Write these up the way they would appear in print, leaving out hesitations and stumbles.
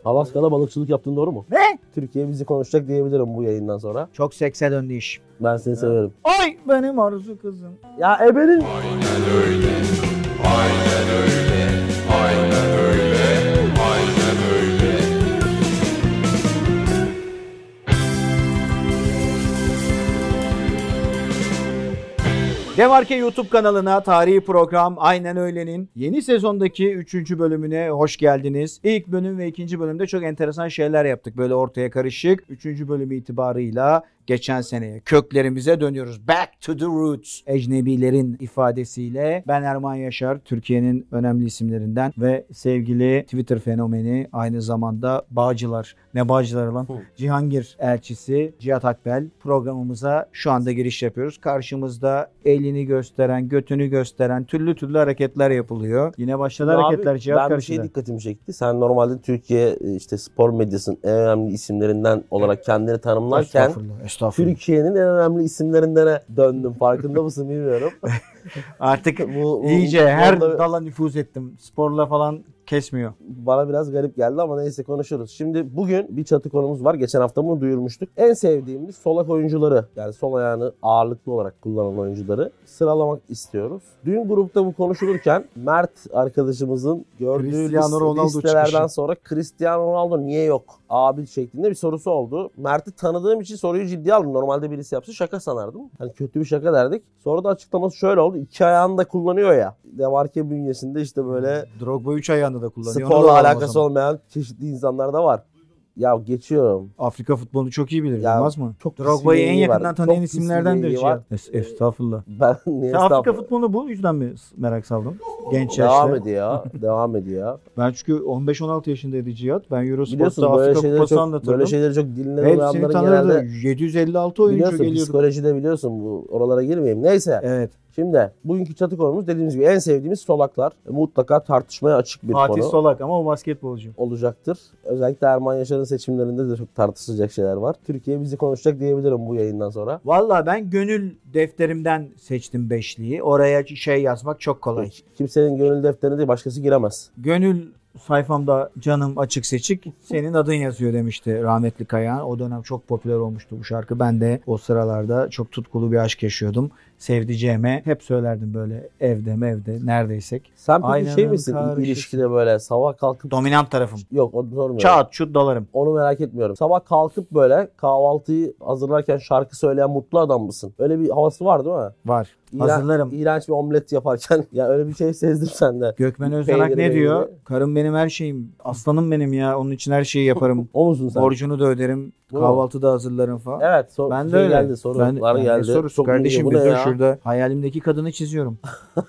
Alaska'da balıkçılık yaptığın doğru mu? Ne? Türkiye bizi konuşacak diyebilirim bu yayından sonra. Çok sekse döndü iş. Ben seni severim. Ay benim arzu kızım. Ya ebenin. Aynen öyle. Aynen öyle. Aynen öyle. Aynen öyle. Demarke YouTube kanalına tarihi program Aynen Öyle'nin yeni sezondaki 3. bölümüne hoş geldiniz. İlk bölüm ve 2. bölümde çok enteresan şeyler yaptık. Böyle ortaya karışık. 3. bölüm itibarıyla geçen seneye köklerimize dönüyoruz. Back to the roots. Ecnebilerin ifadesiyle ben Erman Yaşar, Türkiye'nin önemli isimlerinden ve sevgili Twitter fenomeni, aynı zamanda Bağcılar. Ne Bağcılar lan? Cihangir elçisi Cihat Akbel programımıza şu anda giriş yapıyoruz. Karşımızda elini gösteren, götünü gösteren türlü türlü hareketler yapılıyor. Yine başladı Abi, hareketler Cihat ben karşıda. bir şey dikkatimi çekti. Sen normalde Türkiye işte spor medyasının en önemli isimlerinden olarak kendini tanımlarken Estağfurullah. Türkiye'nin en önemli isimlerinden döndüm. Farkında mısın bilmiyorum. Artık bu iyice her konuda dala nüfuz ettim. Sporla falan kesmiyor. bana biraz garip geldi ama neyse konuşuruz. Şimdi bugün bir çatı konumuz var. Geçen hafta bunu duyurmuştuk. En sevdiğimiz solak oyuncuları, yani sol ayağını ağırlıklı olarak kullanan oyuncuları sıralamak istiyoruz. Dün grupta bu konuşulurken Mert arkadaşımızın gördüğü Cristiano Ronaldo listelerden çıkışı. sonra Cristiano Ronaldo niye yok abi şeklinde bir sorusu oldu. Mert'i tanıdığım için soruyu ciddiye aldım. Normalde birisi yapsa şaka sanardım. Hani kötü bir şaka derdik. Sonra da açıklaması şöyle oldu. İki ayağını da kullanıyor ya. Demarke bünyesinde işte böyle Drogba 3 ayağında da kullanıyor. Onu da sporla alalım o alakası zaman. olmayan çeşitli insanlar da var. Ya geçiyorum. Afrika futbolunu çok iyi bilir, Ya, bilmez mi? çok pis Drogba'yı bir en yeği var. yakından tanıyan Çok pis bir isimlerdendir yeği var. Cihat. Estağfurullah. Ben niye Sen Afrika estağfurullah? futbolunu bu yüzden mi merak saldın? Genç Devam yaşta. ediyor. Devam ediyor. Ben çünkü 15-16 yaşındaydı Cihat. Ben Biliyorsun Eurosport'ta böyle Afrika şeyleri Kupası çok anlatırdım. böyle şeyleri çok dinleyen Hepsini adamların tanırdı. genelde 756 oyuncu biliyorsun geliyordu. psikolojide biliyorsun bu oralara girmeyeyim. Neyse. Evet. Şimdi bugünkü çatı konumuz dediğimiz gibi en sevdiğimiz solaklar. Mutlaka tartışmaya açık bir Fatih konu Solak ama o basketbolcu. olacaktır. Özellikle Erman Yaşar'ın seçimlerinde de çok tartışılacak şeyler var. Türkiye bizi konuşacak diyebilirim bu yayından sonra. Valla ben gönül defterimden seçtim beşliği. Oraya şey yazmak çok kolay. Kimsenin gönül defterine değil başkası giremez. Gönül sayfamda canım açık seçik senin adın yazıyor demişti rahmetli Kayağan. O dönem çok popüler olmuştu bu şarkı. Ben de o sıralarda çok tutkulu bir aşk yaşıyordum. Sevdiceğime hep söylerdim böyle evde neredeysek. Sen peki Aynanın şey misin karşısı. ilişkide böyle sabah kalkıp Dominant tarafım. yok onu sormuyorum. Çat çut dalarım. Onu merak etmiyorum. Sabah kalkıp böyle kahvaltıyı hazırlarken şarkı söyleyen mutlu adam mısın? Öyle bir havası var değil mi? Var. Hazırlarım. İğrenç bir omlet yaparken ya öyle bir şey sezdim sende. Gökmen Özdanak ne Peyniri, diyor? meyniri. Karım benim her şeyim. Aslanım benim ya. Onun için her şeyi yaparım. O musun sen? Borcunu da öderim. Bu Kahvaltı da hazırlarım falan. Evet. Ben de şey öyle. geldi sorular geldi. Sorusu Çok kardeşim bu ne bizim ya? şurada hayalimdeki kadını çiziyorum.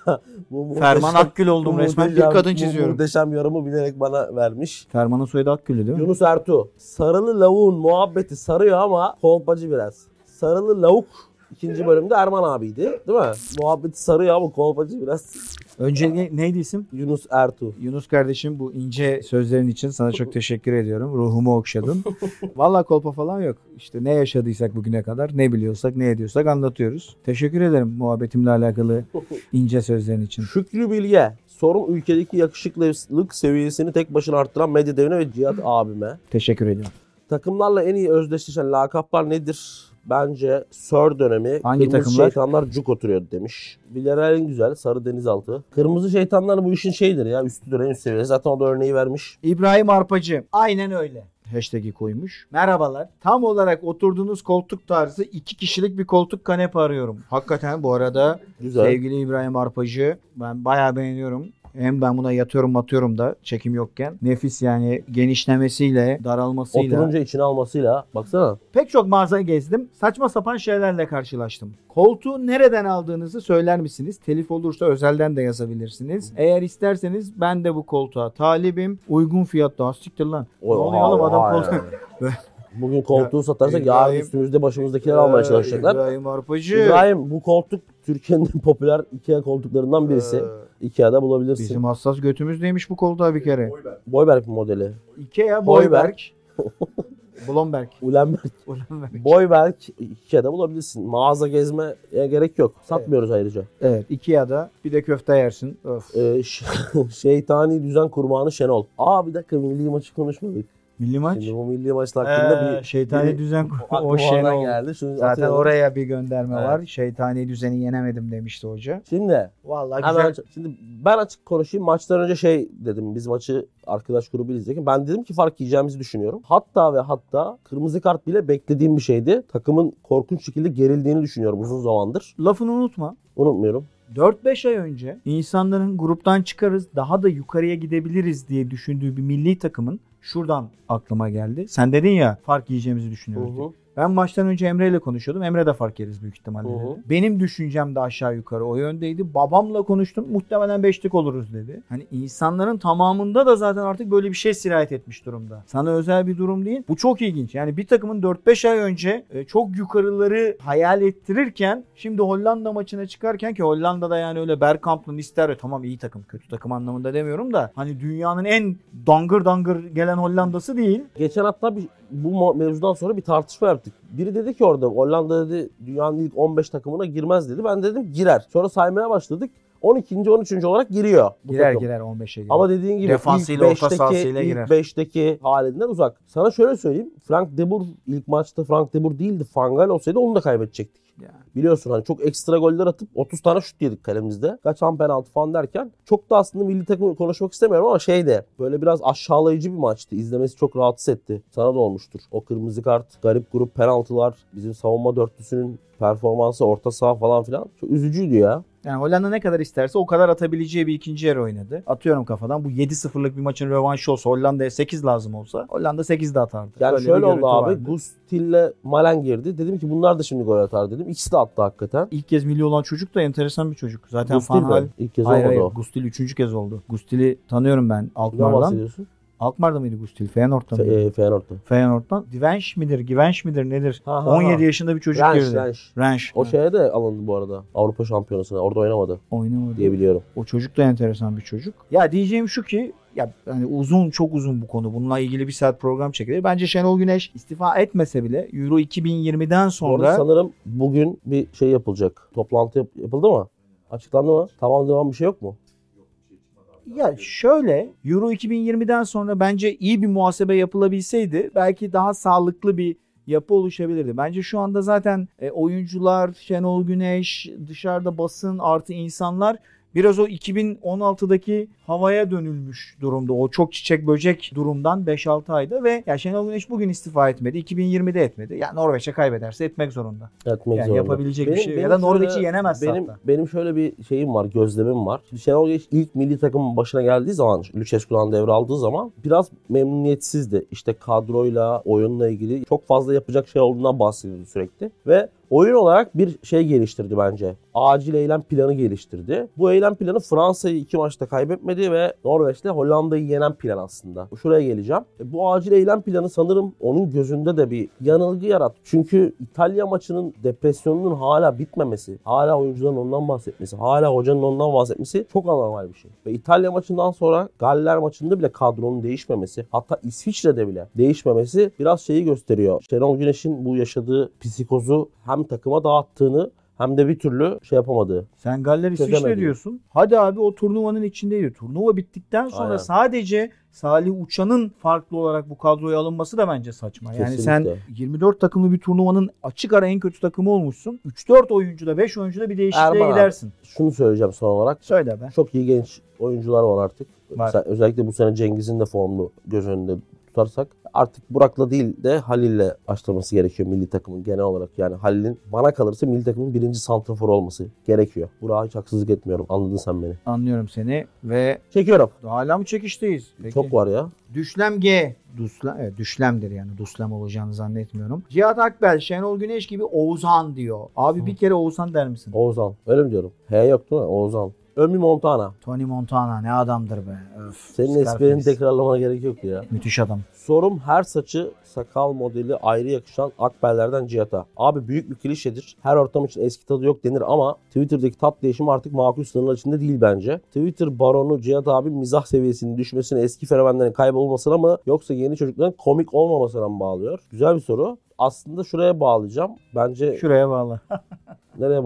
Bu Ferman muhteşem- Akgül oldum bu resmen bir muhteşem- kadın bu çiziyorum. muhteşem yorumu bilerek bana vermiş. Ferman'ın soyadı Akgül'ü değil mi? Yunus Ertuğ. Sarılı lavuğun muhabbeti sarıyor ama kolpacı biraz. Sarılı lavuk ikinci bölümde Erman abiydi. Değil mi? Muhabbeti sarıyor ama kolpacı biraz. Önce neydi isim? Yunus Ertuğ. Yunus kardeşim bu ince sözlerin için sana çok teşekkür ediyorum. Ruhumu okşadın. Vallahi kolpa falan yok. İşte ne yaşadıysak bugüne kadar, ne biliyorsak, ne ediyorsak anlatıyoruz. Teşekkür ederim muhabbetimle alakalı ince sözlerin için. Şükrü Bilge. Sorun ülkedeki yakışıklılık seviyesini tek başına arttıran medya devine ve Cihat abime. Teşekkür ediyorum. Takımlarla en iyi özdeşleşen lakaplar nedir? Bence Sör dönemi. Hangi Kırmızı takımlar? şeytanlar cuk oturuyordu demiş. Villarreal'in güzel. Sarı denizaltı. Kırmızı şeytanlar bu işin şeyidir ya. Üstüdür en üst seviyesi. Zaten o da örneği vermiş. İbrahim Arpacı. Aynen öyle. Hashtag'i koymuş. Merhabalar. Tam olarak oturduğunuz koltuk tarzı 2 kişilik bir koltuk kanepe arıyorum. Hakikaten bu arada Güzel. sevgili İbrahim Arpacı ben bayağı beğeniyorum. Hem ben buna yatıyorum da çekim yokken. Nefis yani genişlemesiyle, daralmasıyla. Oturunca içine almasıyla. Baksana. Pek çok mağaza gezdim. Saçma sapan şeylerle karşılaştım. Koltuğu nereden aldığınızı söyler misiniz? Telif olursa özelden de yazabilirsiniz. Eğer isterseniz ben de bu koltuğa talibim. Uygun fiyatta. Siktir lan. Ne oluyor oğlum adam koltuğu. Bugün koltuğu satarsak İbrahim- yarın üstümüzde başımızdakiler almaya çalışacaklar. İbrahim Arpacı. İbrahim bu koltuk Türkiye'nin en popüler IKEA koltuklarından birisi. IKEA'da bulabilirsin. Bizim hassas götümüz neymiş bu koltuğa bir kere? Boyberg modeli. Ikea Boyberg. Boyberg. Blomberg. Ulenberg. Boyberg. Boyberg IKEA'da bulabilirsin. Mağaza gezmeye gerek yok. Satmıyoruz ayrıca. Evet. Ikea'da bir de köfte yersin. Öf. Şeytani düzen kurbanı Şenol. Bir dakika milli maçı konuşmadık. Milli maç. Şimdi bu milli maç hakkında şeytani düzen o aklıma Şenol geldi. Şunu zaten atıyorum. oraya bir gönderme Evet. var. Şeytani düzeni yenemedim demişti hoca. Şimdi Vallahi hemen, güzel. şimdi ben açık konuşayım. Maçtan önce şey dedim. Biz maçı arkadaş grubu izlerken ben dedim ki fark yiyeceğimizi düşünüyorum. Hatta ve hatta kırmızı kart bile beklediğim bir şeydi. Takımın korkunç şekilde gerildiğini düşünüyorum uzun zamandır. Lafını unutma. Unutmuyorum. 4-5 ay önce insanların gruptan çıkarız, daha da yukarıya gidebiliriz diye düşündüğü bir milli takımın şuradan aklıma geldi. Sen dedin ya fark yiyeceğimizi düşünüyoruz diye. Ben maçtan önce Emre ile konuşuyordum. Emre de fark yeriz büyük ihtimalle dedi. Benim düşüncem de aşağı yukarı o yöndeydi. Babamla konuştum. Muhtemelen 5'lik oluruz dedi. Hani insanların tamamında da zaten artık böyle bir şey sirayet etmiş durumda. Sana özel bir durum değil. Bu çok ilginç. Yani bir takımın 4-5 ay önce çok yukarıları hayal ettirirken şimdi Hollanda maçına çıkarken ki Hollanda'da yani öyle Bergkamp'la Nistelrooy tamam iyi takım. Kötü takım anlamında demiyorum da hani dünyanın en dangır dangır gelen Hollanda'sı değil. Geçen hatta bu mevzudan sonra bir tartışma yaptık. Biri dedi ki orada Hollanda dedi dünyanın ilk 15 takımına girmez dedi. Ben dedim girer. Sonra saymaya başladık. 12. 13. olarak giriyor bu takım. Girer 15'e girer. Ama dediğin gibi Defansıyla, orta sahasıyla ilk girer. 5'teki halinden uzak. Sana şöyle söyleyeyim. Frank de Boer ilk maçta Frank de Boer değildi. Van Gaal olsaydı onu da kaybedecektik. Yani. Biliyorsun hani çok ekstra goller atıp 30 tane şut yedik kalemizde. Kaçan penaltı falan derken çok da aslında milli takımı konuşmak istemiyorum ama böyle biraz aşağılayıcı bir maçtı. İzlemesi çok rahatsız etti. Sana da olmuştur. O kırmızı kart, garip grup penaltılar, bizim savunma dörtlüsünün performansı, orta saha falan filan çok üzücüydü ya. Yani Hollanda ne kadar isterse o kadar atabileceği bir ikinci yarı oynadı. Atıyorum kafadan. Bu 7-0'lık bir maçın rövanşı olsa Hollanda'ya 8 lazım olsa Hollanda 8 de atardı. Yani öyle şöyle bir oldu görüntü abi. vardı. Gustil'le Malen girdi. Dedim ki bunlar da şimdi gol atar dedim. İkisi de attı hakikaten. İlk kez milli olan çocuk da enteresan bir çocuk. Zaten Gustil Van Gaal... mi? İlk kez Hayır, olmadı o. Gustil 3. kez oldu. Gustil'i tanıyorum ben Ne Alkmaar'dan. bahsediyorsun? Alkmaar'da mıydı Gustil? Feyenoord'da mıydı? Feyenoord'da. Feyenoord'dan. Givench midir nedir? Ha, 17 yaşında bir çocuk girdi. Rensch. O şeye de alındı bu arada. Avrupa Şampiyonası'na. Orada oynamadı Oynamadı. diye biliyorum. O çocuk da enteresan bir çocuk. Ya diyeceğim şu ki ya hani çok uzun bu konu. Bununla ilgili bir saat program çekilir. Bence Şenol Güneş istifa etmese bile Euro 2020'den Orada sonra sanırım bugün bir şey yapılacak. Toplantı yapıldı mı? Açıklandı mı? Tamam devam bir şey yok mu? ya şöyle Euro 2020'den sonra bence iyi bir muhasebe yapılabilseydi belki daha sağlıklı bir yapı oluşabilirdi. Bence şu anda zaten oyuncular, Şenol Güneş, dışarıda basın artı insanlar biraz o 2016'daki havaya dönülmüş durumda. O çok çiçek böcek durumdan 5-6 ayda ve ya Şenol Güneş bugün istifa etmedi. 2020'de etmedi. Ya Norveç'e kaybederse etmek zorunda. Etmek Yani zorunda. yapabilecek bir şey yok. Ya da Norveç'i yenemezse hatta. Benim şöyle bir şeyim var, gözlemim var. Şimdi Şenol Güneş ilk milli takımın başına geldiği zaman, Lucescu'dan devraldığı zaman biraz memnuniyetsizdi. İşte kadroyla, oyunla ilgili çok fazla yapacak şey olduğundan bahsediyordu sürekli. Ve oyun olarak bir şey geliştirdi bence. Acil eylem planı geliştirdi. Bu eylem planı Fransa'yı 2 maçta kaybetmedi ve Norveç'le Hollanda'yı yenen plan aslında. Şuraya geleceğim. Bu acil eylem planı sanırım onun gözünde de bir yanılgı yarattı. Çünkü İtalya maçının depresyonunun hala bitmemesi, hala oyuncuların ondan bahsetmesi, hala hocanın ondan bahsetmesi çok anormal bir şey. Ve İtalya maçından sonra Galler maçında bile kadronun değişmemesi, hatta İsviçre'de bile değişmemesi biraz şeyi gösteriyor. Şenol Güneş'in bu yaşadığı psikozu hem takıma dağıttığını hem de bir türlü şey yapamadığı. Sen Galler İsviçre Çözemedi. diyorsun. Hadi abi o turnuvanın içindeydi. Turnuva bittikten sonra Aynen. Sadece Salih Uçan'ın farklı olarak bu kadroya alınması da bence saçma. Yani Kesinlikle. sen 24 takımlı bir turnuvanın açık ara en kötü takımı olmuşsun. 3-4 oyuncuda 5 oyuncuda bir değişikliğe Erman abi, gidersin. Şunu söyleyeceğim son olarak. Söyle be. Çok iyi genç oyuncular var artık. Var. Özellikle bu sene Cengiz'in de formunu göz önünde tutarsak artık Burak'la değil de Halil'le başlaması gerekiyor milli takımın genel olarak. Yani Halil'in bana kalırsa milli takımın birinci santrafor olması gerekiyor. Burak'a hiç haksızlık etmiyorum. Anladın sen beni. Anlıyorum seni ve Çekiyorum. hala mı çekişteyiz? Peki. Çok var ya. Düşlem G. Evet, düşlemdir yani. Duslem olacağını zannetmiyorum. Cihat Akbel, Şenol Güneş gibi Oğuzhan diyor. Abi bir kere Oğuzhan der misin? Oğuzhan. Öyle mi diyorum? H yok değil mi? Oğuzhan. Ömür Montana. Tony Montana ne adamdır be. Öf, Senin Scarface. esprini tekrarlamana gerek yok ya. Müthiş adam. Sorum her saçı sakal modeli ayrı yakışan Akbellerden Cihat'a. Abi büyük bir klişedir. Her ortam için eski tadı yok denir ama Twitter'daki tat değişimi artık makul sınırlar içinde değil bence. Twitter baronu Cihat abi mizah seviyesinin düşmesine eski fenomenlerin kaybolmasına mı yoksa yeni çocukların komik olmamasına mı bağlıyor? Güzel bir soru. Aslında şuraya bağlayacağım. Bence Şuraya bağlı. nereye bağlayayım?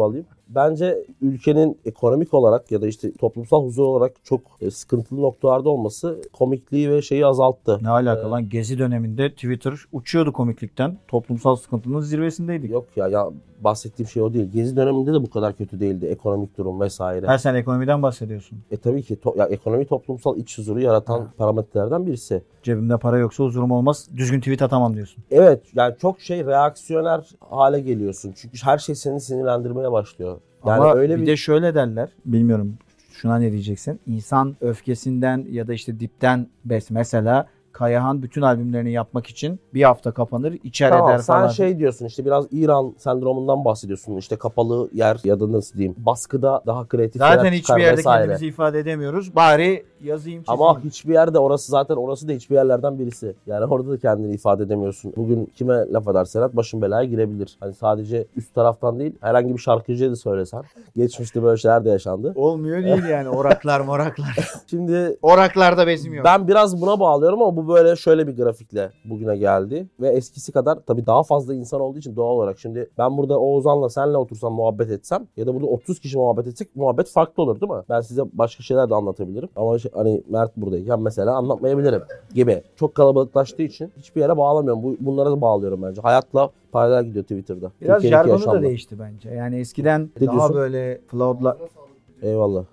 bence ülkenin ekonomik olarak ya da işte toplumsal huzur olarak çok sıkıntılı noktalarda olması komikliği ve şeyi azalttı. Ne alaka lan? Gezi döneminde Twitter uçuyordu komiklikten. Toplumsal sıkıntının zirvesindeydik. Yok ya bahsettiğim şey o değil. Gezi döneminde de bu kadar kötü değildi ekonomik durum vesaire. Ha, sen ekonomiden bahsediyorsun. Tabii ki ya ekonomi toplumsal iç huzuru yaratan parametrelerden birisi. Cebimde para yoksa huzurum olmaz. Düzgün tweet atamam diyorsun. Evet yani çok reaksiyoner hale geliyorsun. Çünkü her şey seni sinirlendirmeye başlıyor. Yani ama öyle bir de şöyle derler. Bilmiyorum şuna ne diyeceksin? İnsan öfkesinden ya da işte dipten mesela Kayahan bütün albümlerini yapmak için bir hafta kapanır, içer tamam, eder falan. sen şey diyorsun işte biraz İran sendromundan bahsediyorsun. İşte kapalı yer ya da nasıl diyeyim baskıda daha kreatif zaten şeyler çıkar hiçbir yerde vesaire. kendimizi ifade edemiyoruz. Bari yazayım çizeyim. Ama hiçbir yerde orası da hiçbir yerlerden birisi. Yani orada da kendini ifade edemiyorsun. Bugün kime laf edersen başın belaya girebilir. Hani sadece üst taraftan değil herhangi bir şarkıcıya da söylesen. Geçmişte böyle şeyler de yaşandı. Olmuyor değil yani oraklar. Şimdi Oraklarda bezim yok. ben biraz buna bağlıyorum ama bu böyle şöyle bir grafikle bugüne geldi. Ve eskisi kadar tabii daha fazla insan olduğu için doğal olarak. Şimdi ben burada Oğuzhan'la senle otursam muhabbet etsem ya da burada 30 kişi muhabbet etsek muhabbet farklı olur değil mi? Ben size başka şeyler de anlatabilirim. Ama hani Mert buradayken mesela anlatmayabilirim gibi. Çok kalabalıklaştığı için hiçbir yere bağlamıyorum. Bunlara da bağlıyorum bence. Hayatla paralel gidiyor Twitter'da. Biraz Türkiye'deki jargonu da yaşamla. değişti bence. Yani eskiden Ne daha diyorsun? böyle floodla... Eyvallah.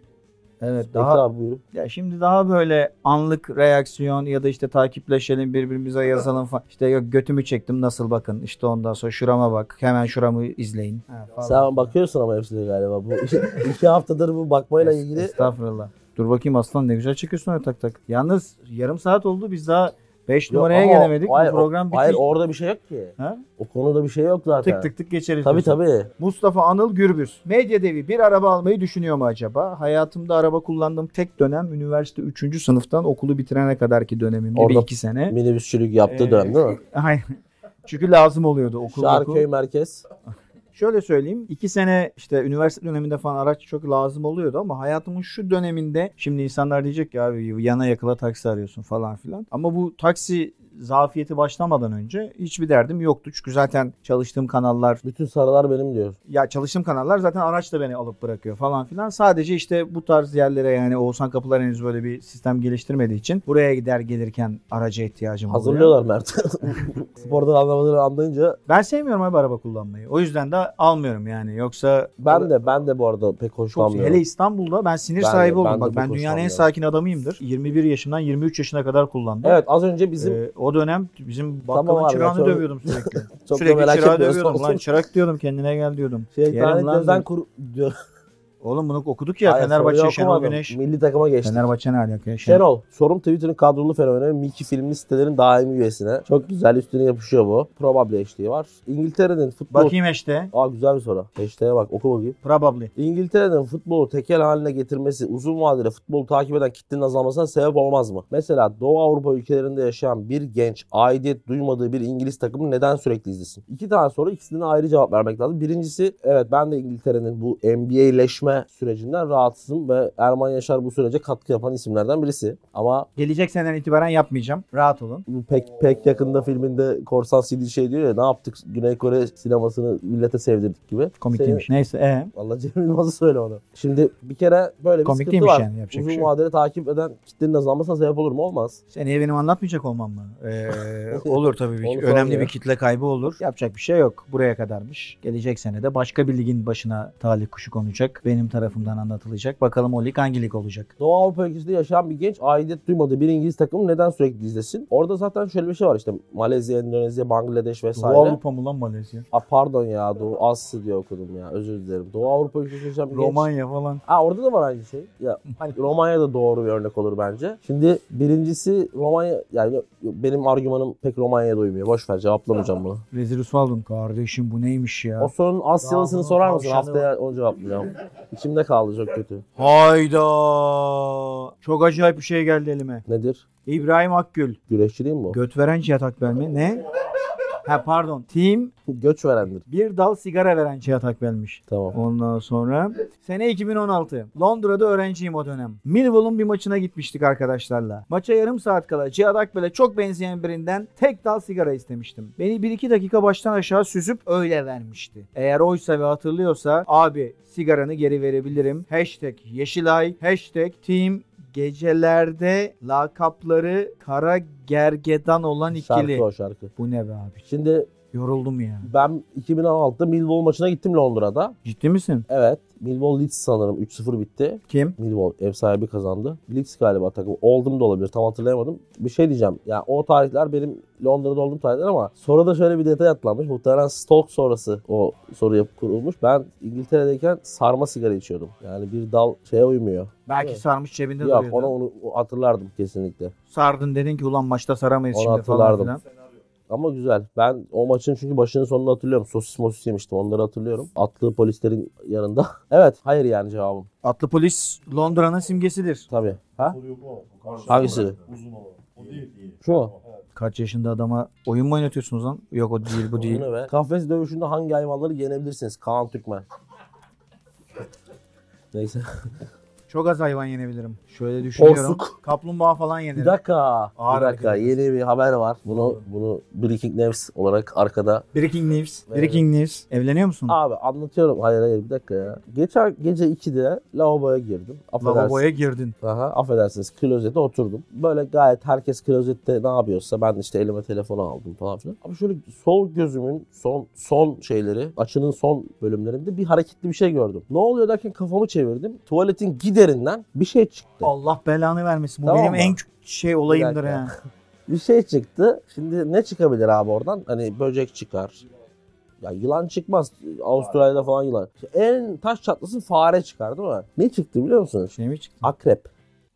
Evet Ekle daha abi buyurun. ya şimdi daha böyle anlık reaksiyon ya da işte takipleşelim birbirimize yazalım falan. İşte yok götümü çektim nasıl bakın işte ondan sonra şurama bak hemen şuramı izleyin. Falan. Sen bakıyorsun ama hepsine galiba. Bu 2 haftadır bu bakmayla ilgili. Estağfurullah. Dur bakayım aslan ne güzel çekiyorsun öyle tak tak. Yalnız yarım saat oldu biz daha 5 Yok, numaraya ama gelemedik. Hayır, Bu program bitti. hayır orada bir şey yok ki. Ha? O konuda bir şey yok zaten. Tık tık tık geçeriz. Tabii diyorsun. tabii. Mustafa Anıl Gürbüz. Medya devi bir araba almayı düşünüyor mu acaba? Hayatımda araba kullandığım tek dönem üniversite 3. sınıftan okulu bitirene kadarki dönemimde Orada bir 2 sene. Minibüsçülük yaptığı dönem değil mi? Aynen. Çünkü lazım oluyordu okul. Şarköy merkez. Şöyle söyleyeyim. 2 sene işte üniversite döneminde falan araç çok lazım oluyordu ama hayatımın şu döneminde şimdi insanlar diyecek ki abi yana yakıla taksi arıyorsun falan filan. Ama bu taksi zafiyeti başlamadan önce hiçbir derdim yoktu. Çünkü zaten çalıştığım kanallar Bütün sarılar benim diyor. ya çalıştığım kanallar zaten araçla beni alıp bırakıyor falan filan. Sadece işte bu tarz yerlere yani Oğuzhan Kapılar henüz böyle bir sistem geliştirmediği için buraya gider gelirken araca ihtiyacım oluyor. Hazırlıyorlar Mert. Spordan anlamadığını anlayınca Ben sevmiyorum abi araba kullanmayı. O yüzden de almıyorum yani. Yoksa ben de bu arada pek çok hoşlanmıyorum. hele İstanbul'da ben sinir Ben de- sahibi oldum. ben de Bak pek ben dünyanın en hoşlanmıyorum. sakin adamıyımdır. 21 yaşından 23 yaşına kadar kullandım. Evet az önce bizim O dönem bizim Tamam bakkalın abi, çırağını çok- dövüyordum sürekli. çok da Sürekli merak çırağı etmiyoruz. dövüyordum. Lan çırak diyordum kendine gel diyordum. Yerim internet lan gözden diyordum. diyor. Oğlum bunu okuduk ya Hayır, Fenerbahçe, soruyu Şenol okumadım. Güneş. Milli takıma geçtik. Fenerbahçe ne alaka ya? Şenol, sorum Twitter'ın kadrolu fenomeni Mickey filmli sitelerin daimi üyesine. Çok güzel üstüne yapışıyor bu. Probably eşliği var. İngiltere'nin futbol... Bakayım işte. Güzel bir soru. Hashtag'e bak oku bakayım. Probably. İngiltere'nin futbolu tekel haline getirmesi uzun vadede futbolu takip eden kitlenin azalmasına sebep olmaz mı? Mesela Doğu Avrupa ülkelerinde yaşayan bir genç aidiyet duymadığı bir İngiliz takımı neden sürekli izlesin? 2 tane soru, ikisine ayrı cevap vermek lazım. Birincisi evet ben de İngiltere'nin bu NBA'leşme sürecinden rahatsızım ve Erman Yaşar bu sürece katkı yapan isimlerden birisi. Ama Gelecek seneden itibaren yapmayacağım. Rahat olun. bu pek yakında filminde Korsan CD şey diyor ya ne yaptık Güney Kore sinemasını millete sevdirdik gibi. Komik Senin- değilmiş. Neyse Vallahi Cem Yılmaz'ı söyle onu. Şimdi bir kere böyle bir Komik sıkıntı değilmiş var. yani, yapacak bir Uzun şey yok. vadeli takip eden kitlenin azalmasına sebep olur mu? Olmaz. Seneye benim anlatmayacak olmam mı? Olur tabii. Olur Önemli sonra bir ya. kitle kaybı olur. Yapacak bir şey yok. Buraya kadarmış. Gelecek sene de başka bir ligin başına talih kuşu konacak. Benim tarafımdan anlatılacak. Bakalım o lig hangi lig olacak? Doğu Avrupa ülkesinde yaşayan bir genç aidiyet duymadığı bir İngiliz takımı neden sürekli izlesin? Orada zaten şöyle bir şey var işte Malezya, Endonezya, Bangladeş vesaire. Doğu Avrupa mı lan Malezya? Pardon ya Doğu Asya diye okudum ya özür dilerim. Doğu Avrupa ülkesinde yaşayan bir genç. Romanya falan. Orada da var aynı şey. Ya hani Romanya da doğru bir örnek olur bence. Şimdi birincisi Romanya yani benim argümanım pek Romanya'ya uymuyor. Boş ver cevaplamayacağım bunu. Rezil Usvaldun. Kardeşim bu neymiş ya? O sorunun Asyalısını Daha sorar mısın? tavşanı Haftaya onu cevaplayacağım. İçimde kaldı çok kötü. Hayda. Çok acayip bir şey geldi elime. Nedir? İbrahim Akgül. Güreşçi değil mi bu? Göt veren Cihat Akbel mi? Ne? Ha pardon. Team Göç verendir. bir dal sigara veren Cihat Akbel'miş. Tamam. Ondan sonra sene 2016. Londra'da öğrenciyim o dönem. Millwall'un bir maçına gitmiştik arkadaşlarla. Maça yarım saat kala Cihat Akbel'e çok benzeyen birinden tek dal sigara istemiştim. Beni 1-2 dakika baştan aşağı süzüp öyle vermişti. Eğer oysa ve hatırlıyorsa abi sigaranı geri verebilirim. #Yeşilay. #Team Gecelerde lakapları kara gergedan olan ikili. Şarkı o şarkı. Bu ne be abi? Şimdi Yoruldum ya. ben 2016'da Millwall maçına gittim Londra'da. Ciddi misin? Evet. Millwall Leeds sanırım 3-0 bitti. Kim? Millwall ev sahibi kazandı. Leeds galiba takım. Oldham da olabilir. Tam hatırlayamadım. Bir şey diyeceğim. Yani o tarihler benim Londra'da olduğum tarihler ama sonra da şöyle bir detay atlanmış. Muhtemelen Stoke sonrası o soru kurulmuş. Ben İngiltere'deyken sarma sigara içiyordum. Yani bir dal şeye uymuyor. Belki Evet. sarmış cebinde Yok duruyordu. onu hatırlardım kesinlikle. Sardın dedin ki ulan maçta saramayız Onu şimdi falan hatırlardım. filan. Ama güzel. Ben o maçın çünkü başının sonunu hatırlıyorum. Sosis yemiştim. Onları hatırlıyorum. Atlı polislerin yanında. Evet. Hayır yani cevabım. Atlı polis Londra'nın simgesidir. Tabii. Ha? Soruyor bu. Hangisi? Uzun olan. O değil. Şu mu? Kaç yaşında adama oyun mu oynatıyorsunuz lan? Yok o değil bu değil. Bu ne be? Kafes dövüşünde hangi hayvanları yenebilirsiniz? Kaan Türkmen. Neyse. Çok az hayvan yenebilirim. Şöyle düşünüyorum. Porsuk. Kaplumbağa falan yenerim. Bir dakika. Ağır Bir dakika. hareket Yeni bir haber var. Bunu Breaking News olarak arkada. Breaking News. Evet. Breaking News. Evleniyor musun? Abi anlatıyorum. Hayır bir dakika ya. Geçen gece 2'de lavaboya girdim. Lavaboya girdin. Aha, affedersiniz klozete oturdum. Böyle gayet herkes klozette ne yapıyorsa ben işte elime telefonu aldım falan filan. Ama şöyle sol gözümün son şeyleri, açının son bölümlerinde bir hareketli bir şey gördüm. Ne oluyor derken kafamı çevirdim. Tuvaletin giderinden bir şey çıktı. Allah belanı vermesin. Bu Tamam benim mı? en şey olayımdır Bir dakika. ha. Bir şey çıktı. Şimdi ne çıkabilir abi oradan? Hani böcek çıkar. Ya yılan çıkmaz. Avustralya'da falan yılan. En taş çatlasın fare çıkar değil mi? Ne çıktı biliyor musunuz? Şey mi çıktı? Akrep.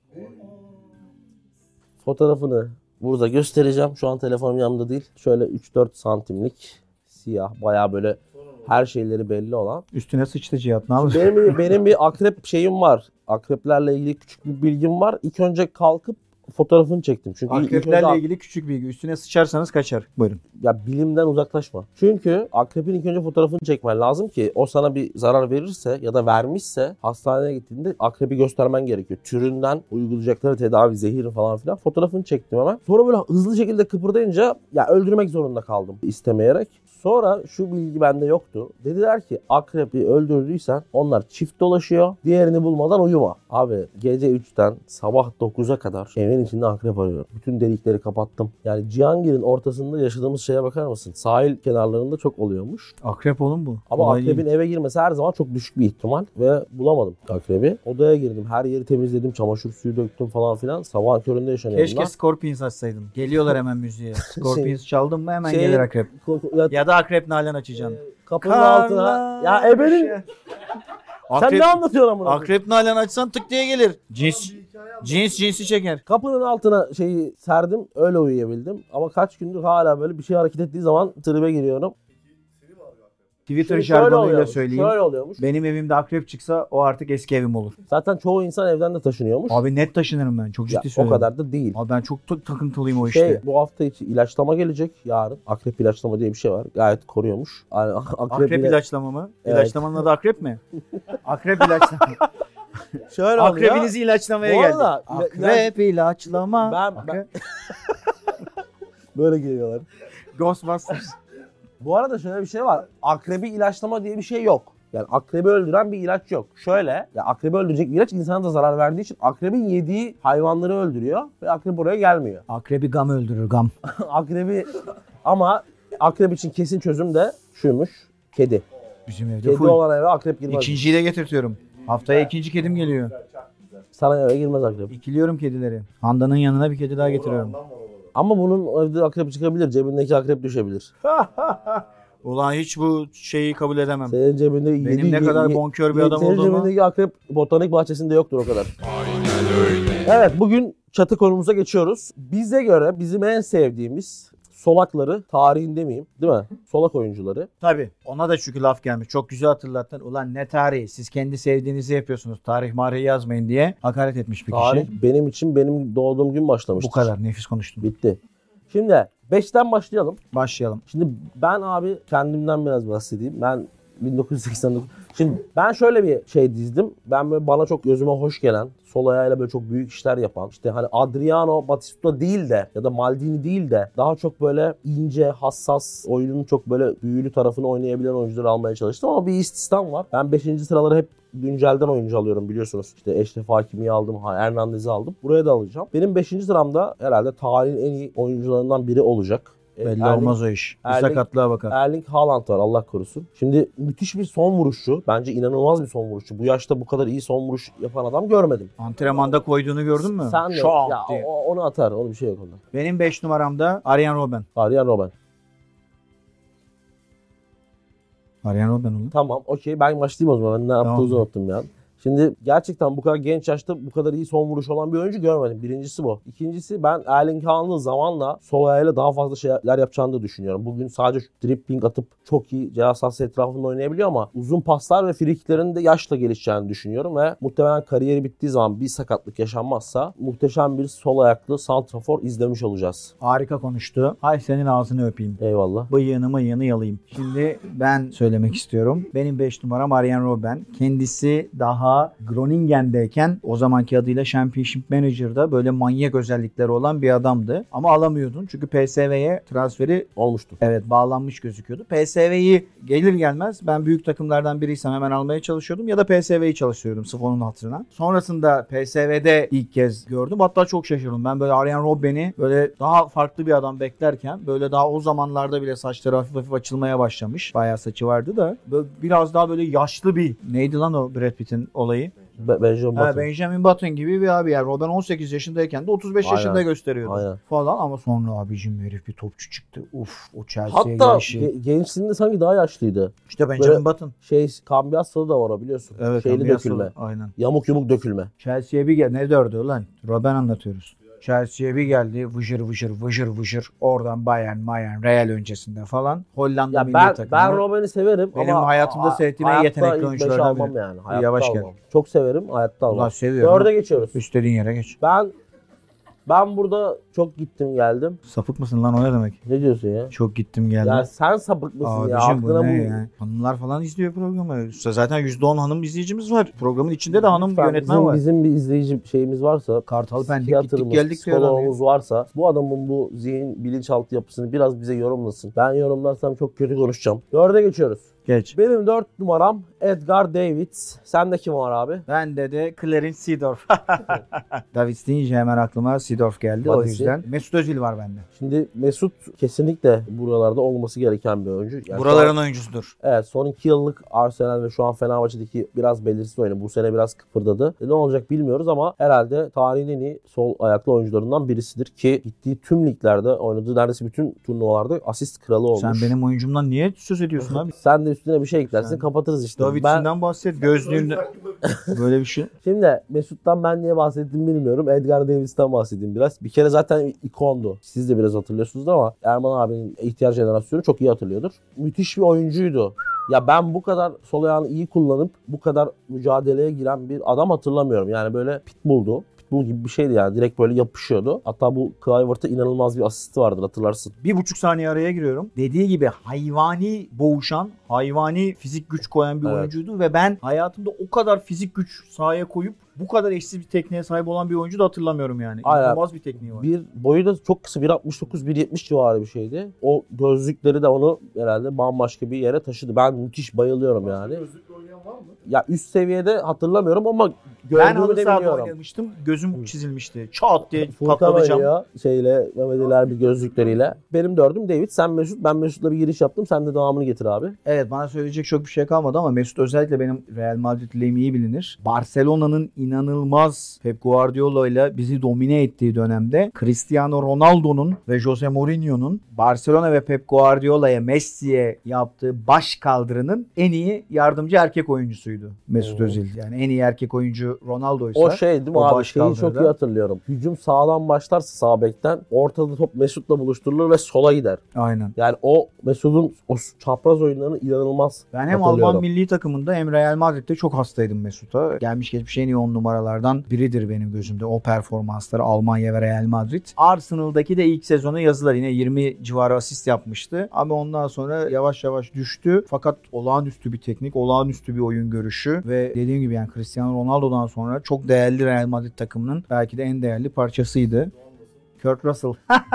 Fotoğrafını burada göstereceğim. Şu an telefonum yanımda değil. Şöyle 3-4 santimlik siyah. Bayağı böyle her şeyleri belli olan. Üstüne sıçtı Cihat. Ne yapıyorsun? Benim bir akrep şeyim var. Akreplerle ilgili küçük bir bilgim var. İlk önce kalkıp fotoğrafını çektim. Çünkü ilk önce Akreplerle ilgili küçük bilgi. Üstüne sıçarsanız kaçar. Buyurun. ya bilimden uzaklaşma. Çünkü akrepin ilk önce fotoğrafını çekmen lazım ki o sana bir zarar verirse ya da vermişse hastaneye gittiğinde akrebi göstermen gerekiyor. Türünden uygulayacakları tedavi, zehir falan filan. Fotoğrafını çektim hemen. Sonra böyle hızlı şekilde kıpırdayınca ya öldürmek zorunda kaldım istemeyerek. Sonra şu bilgi bende yoktu. Dediler ki akrebi öldürdüysen onlar çift dolaşıyor. Diğerini bulmadan uyuma. Abi gece 3'ten sabah 9'a kadar evin içinde akrep arıyorum. Bütün delikleri kapattım. Yani Cihangir'in ortasında yaşadığımız şeye bakar mısın? Sahil kenarlarında çok oluyormuş. Akrep oğlum bu. Ama Kolay akrebin değil. eve girmesi her zaman çok düşük bir ihtimal. Ve bulamadım akrebi. Odaya girdim. Her yeri temizledim. Çamaşır suyu döktüm falan filan. Sabahın köründe yaşanıyor Keşke bunlar. Scorpions açsaydın. Geliyorlar hemen müziğe. Scorpions çaldın mı hemen Şey- gelir akrep. Ya, Ya da akrep Nalan açacaksın. kapının altına. Ya ebenin. Sen ne anlatıyorsun amına? Akrep Nalan açsan tık diye gelir. Cinsi çeker. Kapının altına şeyi serdim. Öyle uyuyabildim. Ama kaç gündür hala böyle bir şey hareket ettiği zaman tribe giriyorum. Twitter Şöyle jargonuyla oluyormuş, söyleyeyim. Şöyle oluyormuş. Benim evimde akrep çıksa o artık eski evim olur. Zaten çoğu insan evden de taşınıyormuş. Abi net taşınırım ben. Çok Ya, ciddi o söylüyorum. kadar da değil. Abi ben çok takıntılıyım o işte. Bu hafta içi ilaçlama gelecek yarın. Akrep ilaçlama diye bir şey var. Gayet koruyormuş. Yani Akrep ile- ilaçlama mı? Evet. İlaçlamanın adı akrep mi? Akrep ilaçlama. Şöyle oluyor. Akrebinizi ilaçlamaya Bu geldik. arada Akrep ilaçlama. Ben böyle geliyorlar. Ghostbusters. Bu arada şöyle bir şey var. Akrebi ilaçlama diye bir şey yok. Yani akrebi öldüren bir ilaç yok. Şöyle, ya akrebi öldürecek bir ilaç insana da zarar verdiği için akrebin yediği hayvanları öldürüyor ve akrep oraya gelmiyor. Akrebi gam öldürür gam. Akrebi ama akrep için kesin çözüm de şuymuş. Kedi. Bizim evde Kedi full. olan eve akrep girmez. İkinciyi de getirtiyorum. Haftaya ikinci kedim geliyor. Sana eve girmez akrep. İkiliyorum kedileri. Handan'ın yanına bir kedi daha getiriyorum. Ama bunun evde akrep çıkabilir. Cebindeki akrep düşebilir. Ulan hiç bu şeyi kabul edemem. Senin cebinde Benim ne kadar bonkör bir adam senin olduğumu. cebindeki akrep botanik bahçesinde yoktur o kadar. Aynen öyle. Evet, bugün çatı konumuza geçiyoruz. Bize göre bizim en sevdiğimiz solakları, tarihin demeyeyim değil mi? Solak oyuncuları. Tabii. Ona da çünkü laf gelmiş. Çok güzel hatırlattın. Ulan ne tarihi? Siz kendi sevdiğinizi yapıyorsunuz. Tarih marihi yazmayın diye hakaret etmiş bir Tarih kişi. benim için benim doğduğum gün başlamıştır. Bu kadar. Nefis konuştun. Bitti. Şimdi 5'ten başlayalım. Başlayalım. Şimdi ben abi kendimden biraz bahsedeyim. Ben 1989. Şimdi ben şöyle bir şey dizdim. Ben böyle bana çok gözüme hoş gelen, sol ayağıyla böyle çok büyük işler yapan, işte hani Adriano Batistuta değil de ya da Maldini değil de daha çok böyle ince, hassas, oyunun çok böyle büyülü tarafını oynayabilen oyuncuları almaya çalıştım ama bir istisnam var. Ben 5. sıraları hep güncelden oyuncu alıyorum biliyorsunuz. İşte Eşref Hakimi'yi aldım, Hernandez'i aldım. Buraya da alacağım. Benim 5. sıramda herhalde tarihin en iyi oyuncularından biri olacak. Belli olmaz o iş. Bir sakatlığa bakar. Erling Haaland var, Allah korusun. Şimdi müthiş bir son vuruşçu. Bence inanılmaz bir son vuruşçu. Bu yaşta bu kadar iyi son vuruş yapan adam görmedim. Antrenmanda koyduğunu gördün mü? Sen de, Şok ya, diye. onu atar. Onun bir şey yok onda. Benim 5 numaramda Arjen Robben. Arjen Robben. Arjen Robben oğlum. Tamam, okey. Ben başlayayım o zaman. Ben ne yaptığımızı unuttum ya. Şimdi gerçekten bu kadar genç yaşta bu kadar iyi son vuruş olan bir oyuncu görmedim. Birincisi bu. İkincisi ben Erling Haaland'ın zamanla sol ayağıyla daha fazla şeyler yapacağını da düşünüyorum. Bugün sadece dribbling atıp çok iyi ceza sahası etrafında oynayabiliyor ama uzun paslar ve frikiklerin de yaşla gelişeceğini düşünüyorum ve muhtemelen kariyeri bittiği zaman bir sakatlık yaşanmazsa muhteşem bir sol ayaklı santrafor izlemiş olacağız. Harika konuştu. Hay senin ağzını öpeyim. Eyvallah. Bıyığını yalayayım. Şimdi ben söylemek istiyorum. Benim 5 numaram Arjen Robben. Kendisi daha Groningen'deyken o zamanki adıyla Championship Manager'da böyle manyak özellikleri olan bir adamdı. Ama alamıyordun çünkü PSV'ye transferi olmuştu. Evet, bağlanmış gözüküyordu. PSV'yi gelir gelmez ben büyük takımlardan biriysem hemen almaya çalışıyordum ya da PSV'yi çalışıyordum sırf onun hatırına. Sonrasında PSV'de ilk kez gördüm. Hatta çok şaşırdım. Ben böyle Arjen Robben'i böyle daha farklı bir adam beklerken böyle daha o zamanlarda bile saçları hafif hafif açılmaya başlamış. Bayağı saçı vardı da böyle biraz daha böyle yaşlı bir neydi lan o Brad Pitt'in olayı? Benjamin Button. Benjamin Button gibi bir abi. Yani Robben 18 yaşındayken de 35 Aynen. yaşında gösteriyordu. Aynen. Falan ama sonra abicim herif bir topçu çıktı. Uf, o Chelsea'ye Hatta gelişi. gençliğinde sanki daha yaşlıydı. İşte Benjamin Button. Cambiassa'da da var o biliyorsun. Evet, Şeyli Cambiassa'da. dökülme. Aynen. Yamuk yumuk dökülme. Chelsea'ye bir geldi. Ne dördü lan? Robben anlatıyoruz. Chelsea'ye bir geldi. Vıcır. Oradan Bayern, Real öncesinde falan. Hollanda Ya milli takımı. ben Robben'i severim Benim ama hayatımda seyrettiğim en hayatta yetenekli ilk oyunculardan beşe almam biri. yani. İyi, Hayatta yavaş gel. almam. Çok severim, hayatta almam. Allah seviyorum. 4'e geçiyoruz. İstediğin yere geç. Ben burada çok gittim geldim. Sapık mısın lan, o ne demek? Ne diyorsun ya? Çok gittim geldim. Ya sen sapık mısın ya? Abicim bu Aklına ne bu. yani? Hanımlar falan izliyor programı. Zaten %10 hanım izleyicimiz var. Programın içinde de hanım Lütfen, yönetmen var. Bizim bir izleyici şeyimiz varsa, Kartal Pendik psikiyatrımız, gittik geldik diyor adam ya. psikologumuz varsa bu adamın bu zihin bilinçaltı yapısını biraz bize yorumlasın. Ben yorumlarsam çok kötü konuşacağım. 4'e geçiyoruz. Geç. Benim 4 numaram Edgar Davids. Sende kim var abi? Bende de Clarence Seedorf. Davids deyince hemen aklıma Seedorf geldi. O Hadi yüzden. Mesut Özil var bende. Şimdi Mesut kesinlikle buralarda olması gereken bir oyuncu. Yani Buraların oyuncusudur. evet, son 2 yıllık Arsenal ve şu an Fenerbahçe'deki biraz belirsiz oyunu. Bu sene biraz kıpırdadı. Ne olacak bilmiyoruz ama herhalde tarihin en iyi sol ayaklı oyuncularından birisidir ki gittiği tüm liglerde oynadığı neredeyse bütün turnuvalarda asist kralı olmuş. Sen benim oyuncumdan niye söz ediyorsun abi? Sen de üstüne bir şey eklersin, kapatırız işte. Davids'den bahset. Gözlüğünde. Böyle bir şey. Şimdi Mesut'tan ben niye bahsettiğimi bilmiyorum. Edgar Davids'ten bahsedeyim biraz. Bir kere zaten ikondu. Siz de biraz hatırlıyorsunuz ama Erman abinin ihtiyar jenerasyonu çok iyi hatırlıyordur. Müthiş bir oyuncuydu. Ya ben bu kadar sol ayağını iyi kullanıp bu kadar mücadeleye giren bir adam hatırlamıyorum. Yani böyle pitbull'du. Pitbull gibi bir şeydi yani. Direkt böyle yapışıyordu. Hatta bu Kluivert'a inanılmaz bir asisti vardır, hatırlarsın. 1,5 saniye araya giriyorum. Dediği gibi hayvani boğuşan, hayvani fizik güç koyan bir oyuncuydu ve ben hayatımda o kadar fizik güç sahaya koyup bu kadar eşsiz bir tekniğe sahip olan bir oyuncu da hatırlamıyorum yani. İnanılmaz bir tekniği var. Bir boyu da çok kısa, 1.69-1.70 civarı bir şeydi. O gözlükleri de onu herhalde bambaşka bir yere taşıdı. Ben müthiş bayılıyorum yani. Gözlükle oynayan var mı? Ya üst seviyede hatırlamıyorum ama Ben gördüğümü halı de sahada biliyorum. oynamıştım. Gözüm çizilmişti. Çat diye Furkan patlatacağım. oynuyor şeyle, Mehmet Ali Erbil gözlükleriyle. Benim 4'üm David, sen Mesut. Ben Mesut'la bir giriş yaptım. Sen de devamını getir abi. Evet, bana söyleyecek çok bir şey kalmadı ama Mesut özellikle benim Real Madrid'le iyi bilinir. Barcelona'nın inanılmaz Pep Guardiola ile bizi domine ettiği dönemde Cristiano Ronaldo'nun ve Jose Mourinho'nun Barcelona ve Pep Guardiola'ya, Messi'ye yaptığı baş kaldırının en iyi yardımcı erkek oyuncusuydu Mesut Özil. Yani en iyi erkek oyuncu Ronaldo'ysa O şey değil mi o abi? başkaldırıda- Şeyi çok iyi hatırlıyorum. Hücum sağdan başlarsa sağ bekten ortada top Mesut'la buluşturulur ve sola gider. Aynen. Yani o Mesut'un o çapraz oyunlarını inanılmaz Ben hem hatırlıyorum. Alman milli takımında hem Real Madrid'de çok hastaydım Mesut'a. Gelmiş geçmiş en iyi 10 numaralardan biridir benim gözümde. O performansları Almanya ve Real Madrid. Arsenal'daki de ilk sezonu yazılar. Yine 20 civarı asist yapmıştı. Ama ondan sonra yavaş yavaş düştü. Fakat olağanüstü bir teknik, olağanüstü bir oyun görüşü ve dediğim gibi yani Cristiano Ronaldo'dan sonra çok değerli Real Madrid takımının belki de en değerli parçasıydı. Kurt Russell.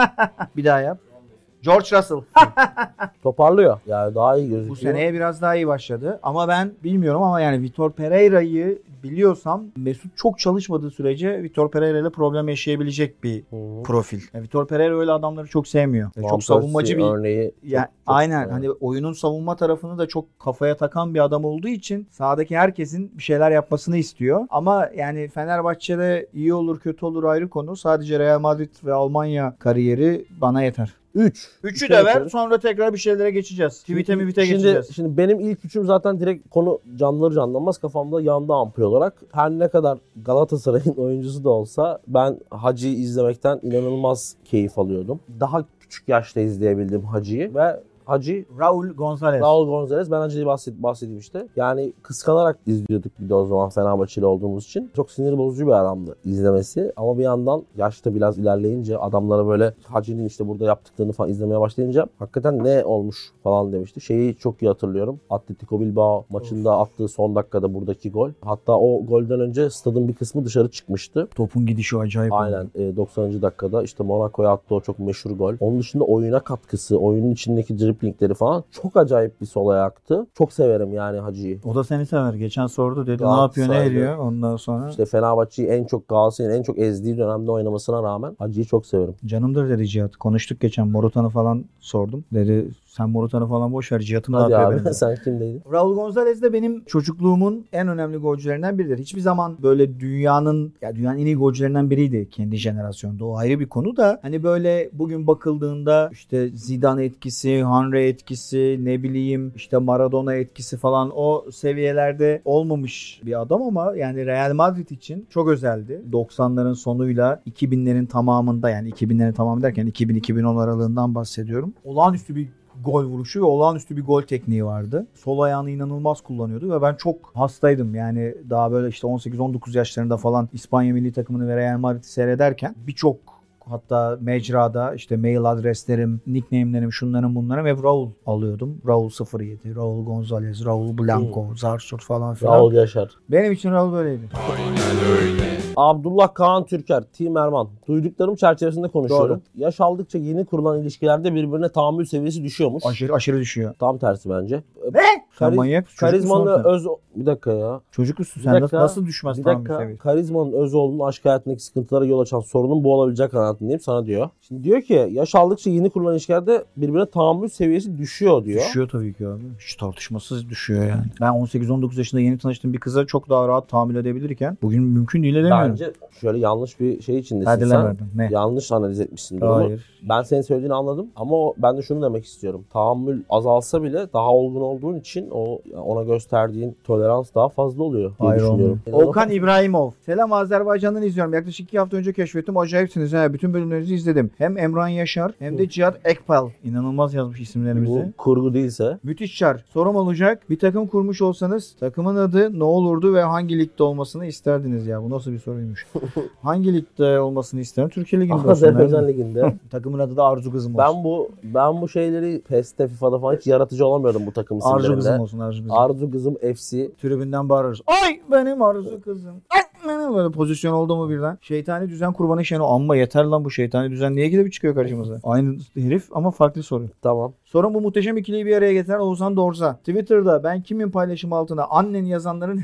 Bir daha yap. George Russell. Toparlıyor. Yani daha iyi gözüküyor. Bu seneye biraz daha iyi başladı. Ama ben bilmiyorum ama yani Vitor Pereira'yı biliyorsam Mesut çok çalışmadığı sürece Vitor Pereira ile problem yaşayabilecek bir profil. Yani Vitor Pereira öyle adamları çok sevmiyor. Van Çok savunmacı bir örneği. ya çok aynen evet. hani oyunun savunma tarafını da çok kafaya takan bir adam olduğu için sahadaki herkesin bir şeyler yapmasını istiyor. Ama yani Fenerbahçe'de iyi olur kötü olur ayrı konu. Sadece Real Madrid ve Almanya kariyeri bana yeter. 3. Üçü de ver sonra tekrar bir şeylere geçeceğiz. Tweet'e geçeceğiz. Şimdi benim ilk üçüm zaten direkt konu canlanır canlanmaz kafamda yandı ampul olarak. Her ne kadar Galatasaray'ın oyuncusu da olsa ben Hacı'yı izlemekten inanılmaz keyif alıyordum. Daha küçük yaşta izleyebildim Hacı'yı ve Hacı Raul Gonzalez. Ben Hacı'yı bahsedeyim işte. Yani kıskanarak izliyorduk bir de o zaman Fenerbahçeli olduğumuz için. Çok sinir bozucu bir adamdı izlemesi. Ama bir yandan yaşta biraz ilerleyince adamlara böyle Hacı'nın işte burada yaptıklarını falan izlemeye başlayınca hakikaten ne olmuş falan demişti. Şeyi çok iyi hatırlıyorum. Atletico Bilbao maçında attığı son dakikada buradaki gol. Hatta o golden önce stadın bir kısmı dışarı çıkmıştı. Topun gidişi acayip. Aynen 90. dakikada işte Monaco'ya attığı o çok meşhur gol. Onun dışında oyuna katkısı, oyunun içindeki driplingleri falan çok acayip bir sol ayaktı. Çok severim yani Hacı'yı. O da seni sever. Geçen sordu dedi Galatasaray ne yapıyor ne ediyor ondan sonra. İşte Fenerbahçe'yi en çok Galatasaray'ın en çok ezdiği dönemde oynamasına rağmen Hacı'yı çok severim. Canımdır dedi Cihat. Konuştuk geçen Morutan'ı falan sordum. Dedi sen Morutan'ı falan boş ver. Cihat'ı ne Hadi yapıyor abi benim? sen kimdeydin? Raul Gonzalez de benim çocukluğumun en önemli golcülerinden biridir. Hiçbir zaman böyle dünyanın en iyi golcülerinden biriydi kendi jenerasyonda. O ayrı bir konu da hani böyle bugün bakıldığında işte Zidane etkisi, Henry etkisi, ne bileyim işte Maradona etkisi falan o seviyelerde olmamış bir adam ama yani Real Madrid için çok özeldi. 90'ların sonuyla 2000'lerin tamamında yani 2000'lerin tamamı derken 2000-2010 aralığından bahsediyorum. Olağanüstü bir gol vuruşu ve olağanüstü bir gol tekniği vardı. Sol ayağını inanılmaz kullanıyordu ve ben çok hastaydım. Yani daha böyle işte 18-19 yaşlarında falan İspanya milli takımını ve Real Madrid'i seyrederken birçok hatta mecrada işte mail adreslerim, nickname'lerim, şunların bunların hep Raul alıyordum. Raul 07, Raul Gonzalez, Raul Blanco, Zarsur falan filan. Raul Yaşar. Benim için Raul böyleydi. Aynen öyle. Abdullah Kaan Türker, Team Erman. Duyduklarım çerçevesinde konuşuyorum. Yaş aldıkça yeni kurulan ilişkilerde birbirine tahammül seviyesi düşüyormuş. Aşırı düşüyor. Tam tersi bence. Ne? Sen manyak mısın? Çocuk musun Karizmanın sen? öz... Bir dakika ya. Çocuk musun Bir sen? dakika, Nasıl düşmez Bir tahammül dakika. seviyesi? Karizmanın öz olduğunu aşk hayatındaki sıkıntılara yol açan sorunun bu olabilecek kanaatindeyim sana diyor. Şimdi diyor ki yaş aldıkça yeni kurulan ilişkilerde birbirine tahammül seviyesi düşüyor diyor. Düşüyor tabii ki abi. Hiç tartışmasız düşüyor yani. Ben 18-19 yaşında yeni tanıştığım bir kıza çok daha rahat tahammül edebilirken bugün mümkün değil edemiyorum. Bence şöyle yanlış bir şey içindesin Hadi sen. lan oradan. Ne? Yanlış analiz etmişsin durumu. Hayır. Ben senin söylediğini anladım ama ben de şunu demek istiyorum. Tahammül azalsa bile daha olgun olduğun için ona gösterdiğin tolerans daha fazla oluyor diye Hayır düşünüyorum. Okan İbrahimov. Selam Azerbaycan'dan izliyorum. Yaklaşık 2 hafta önce keşfettim. Acayipsiniz. Bütün bölümlerinizi izledim. Hem Emran Yaşar hem de Cihat Ekpal. İnanılmaz yazmış isimlerimizi. Bu kurgu değilse. Müthiş çar. Sorum olacak. Bir takım kurmuş olsanız takımın adı ne olurdu ve hangi ligde olmasını isterdiniz ya? Bu nasıl bir soruymuş. Hangi ligde olmasını isterim? Türkiye Ligi'nde olsun. Azerbaycan Ligi'nde. Takımın adı da Arzu Kızım olsun. Ben bu şeyleri PES'te, FIFA'da falan hiç yaratıcı olamıyordum bu takım isimlerinde. Arzu Kızım olsun. Arzu Kızım. Arzu Kızım FC. Tribünden bağırırız. Ay benim Arzu Kızım. Ay benim böyle pozisyon oldu mu birden. Şeytani düzen kurbanı Şenol. Amma yeter lan bu şeytani düzen. Niye gidip çıkıyor karşımıza? Aynı herif ama farklı soru. Tamam. Sorun bu muhteşem ikiliyi bir araya getiren Oğuzhan Dorza. Twitter'da ben kimin paylaşımı altına annen yazanların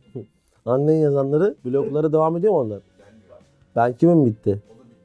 Annen yazanları bloklara devam ediyor mu onlar? Ben kimim bitti?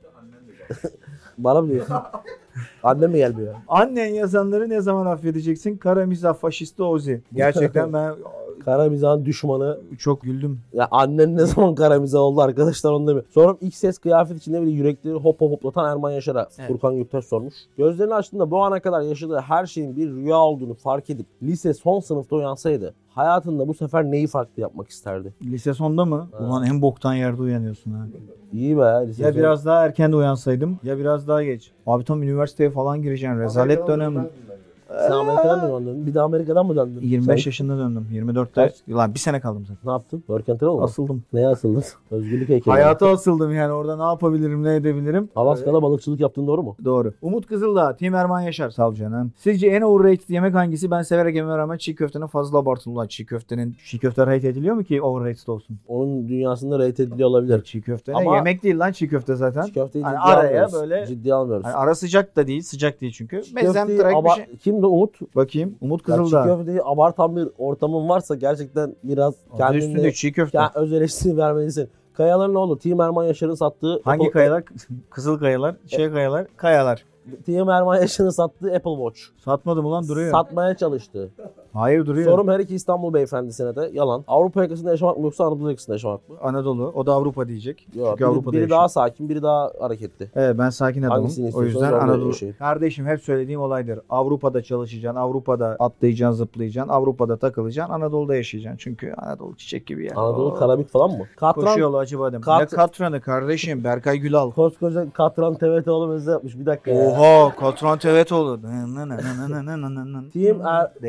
Bana mı diyorsun? Annem mi gelmiyor? annen yazanları ne zaman affedeceksin? Kara mizah faşisti Ozi. Gerçekten ben Kara mizahın düşmanı. Çok güldüm. Ya annen ne zaman kara mizah oldu arkadaşlar onu demiyor. Sonra ilk ses kıyafet içinde bile yürekleri hop hop hoplatan Erman Yaşar'a Furkan Göktaş sormuş. Gözlerini açtığında bu ana kadar yaşadığı her şeyin bir rüya olduğunu fark edip lise son sınıfta uyansaydı hayatında bu sefer neyi farklı yapmak isterdi? Lise sonda mı? Ulan en boktan yerde uyanıyorsun ha. İyi be. Lise Ya son. biraz daha erken de uyansaydım ya biraz daha geç. Abi tam üniversiteye falan gireceksin. Rezalet dönemi. Sen Amerika'dan mı döndün? Bir de Amerika'dan mı döndün? 25 Sen yaşında döndüm. 24'te. Lan bir sene kaldım zaten. ne yaptın? Work and travel mı? Asıldım. Neye asıldın? Özgürlük heykeli. Hayata asıldım yani orada ne yapabilirim ne edebilirim. Alaska'da balıkçılık yaptın doğru mu? Doğru. Umut Kızıldağ, Team Erman Yaşar. Sağ ol canım. Sizce en overrated yemek hangisi? Ben severek yememe rağmen çiğ köftenin fazla abartılı. Ulan çiğ köfte rate ediliyor mu ki overrated olsun? Onun dünyasında rate ediliyor olabilir. Çiğ köfte Ama- yemek değil lan çiğ köfte zaten. Çiğ köfteyi Hani ciddi araya almıyoruz. böyle- Ciddi almıyoruz. Hani ara sıcak da değil, sıcak değil çünkü. Mezem Köfteyi direkt bir şey. Kimdi Umut? Bakayım. Umut Ya çiğ Kızıldağ. köfteyi abartan bir ortamın varsa gerçekten biraz Adı üstünde kendine çiğ köfte. öz eleştiri vermelisin. Kayaların oğlu Team Erman Yaşar'ın sattığı Hangi kayalar? Kızıl kayalar, kayalar, kayalar. Team Erman Yaşar'ın sattığı Apple Watch. Satmadım ulan duruyor. Satmaya çalıştı. Hayır duruyor. Sorum her iki İstanbul beyefendisine de yalan. Avrupa yakasında yaşamak mı yoksa Anadolu yakasında yaşamak mı? Anadolu. O da Avrupa diyecek. Yok, Çünkü Avrupa'da biri yaşıyor. daha sakin, biri daha hareketli. Evet ben sakin adamım. Hangisini O istiyorsanız yüzden orada Anadolu. yaşayın. Kardeşim hep söylediğim olaydır. Avrupa'da çalışacaksın, Avrupa'da atlayacaksın, zıplayacaksın, Avrupa'da takılacaksın, Anadolu'da yaşayacaksın. Çünkü Anadolu çiçek gibi yani. Anadolu Karabük falan mı? Katran, Koşuyorlar Acıbadem. Kat- Ne Katran'ı kardeşim? Berkay Gülal. koskoca Katran TVT oğlum özde yapmış bir dakika ya. Oha Katran Tevetoğlu. Team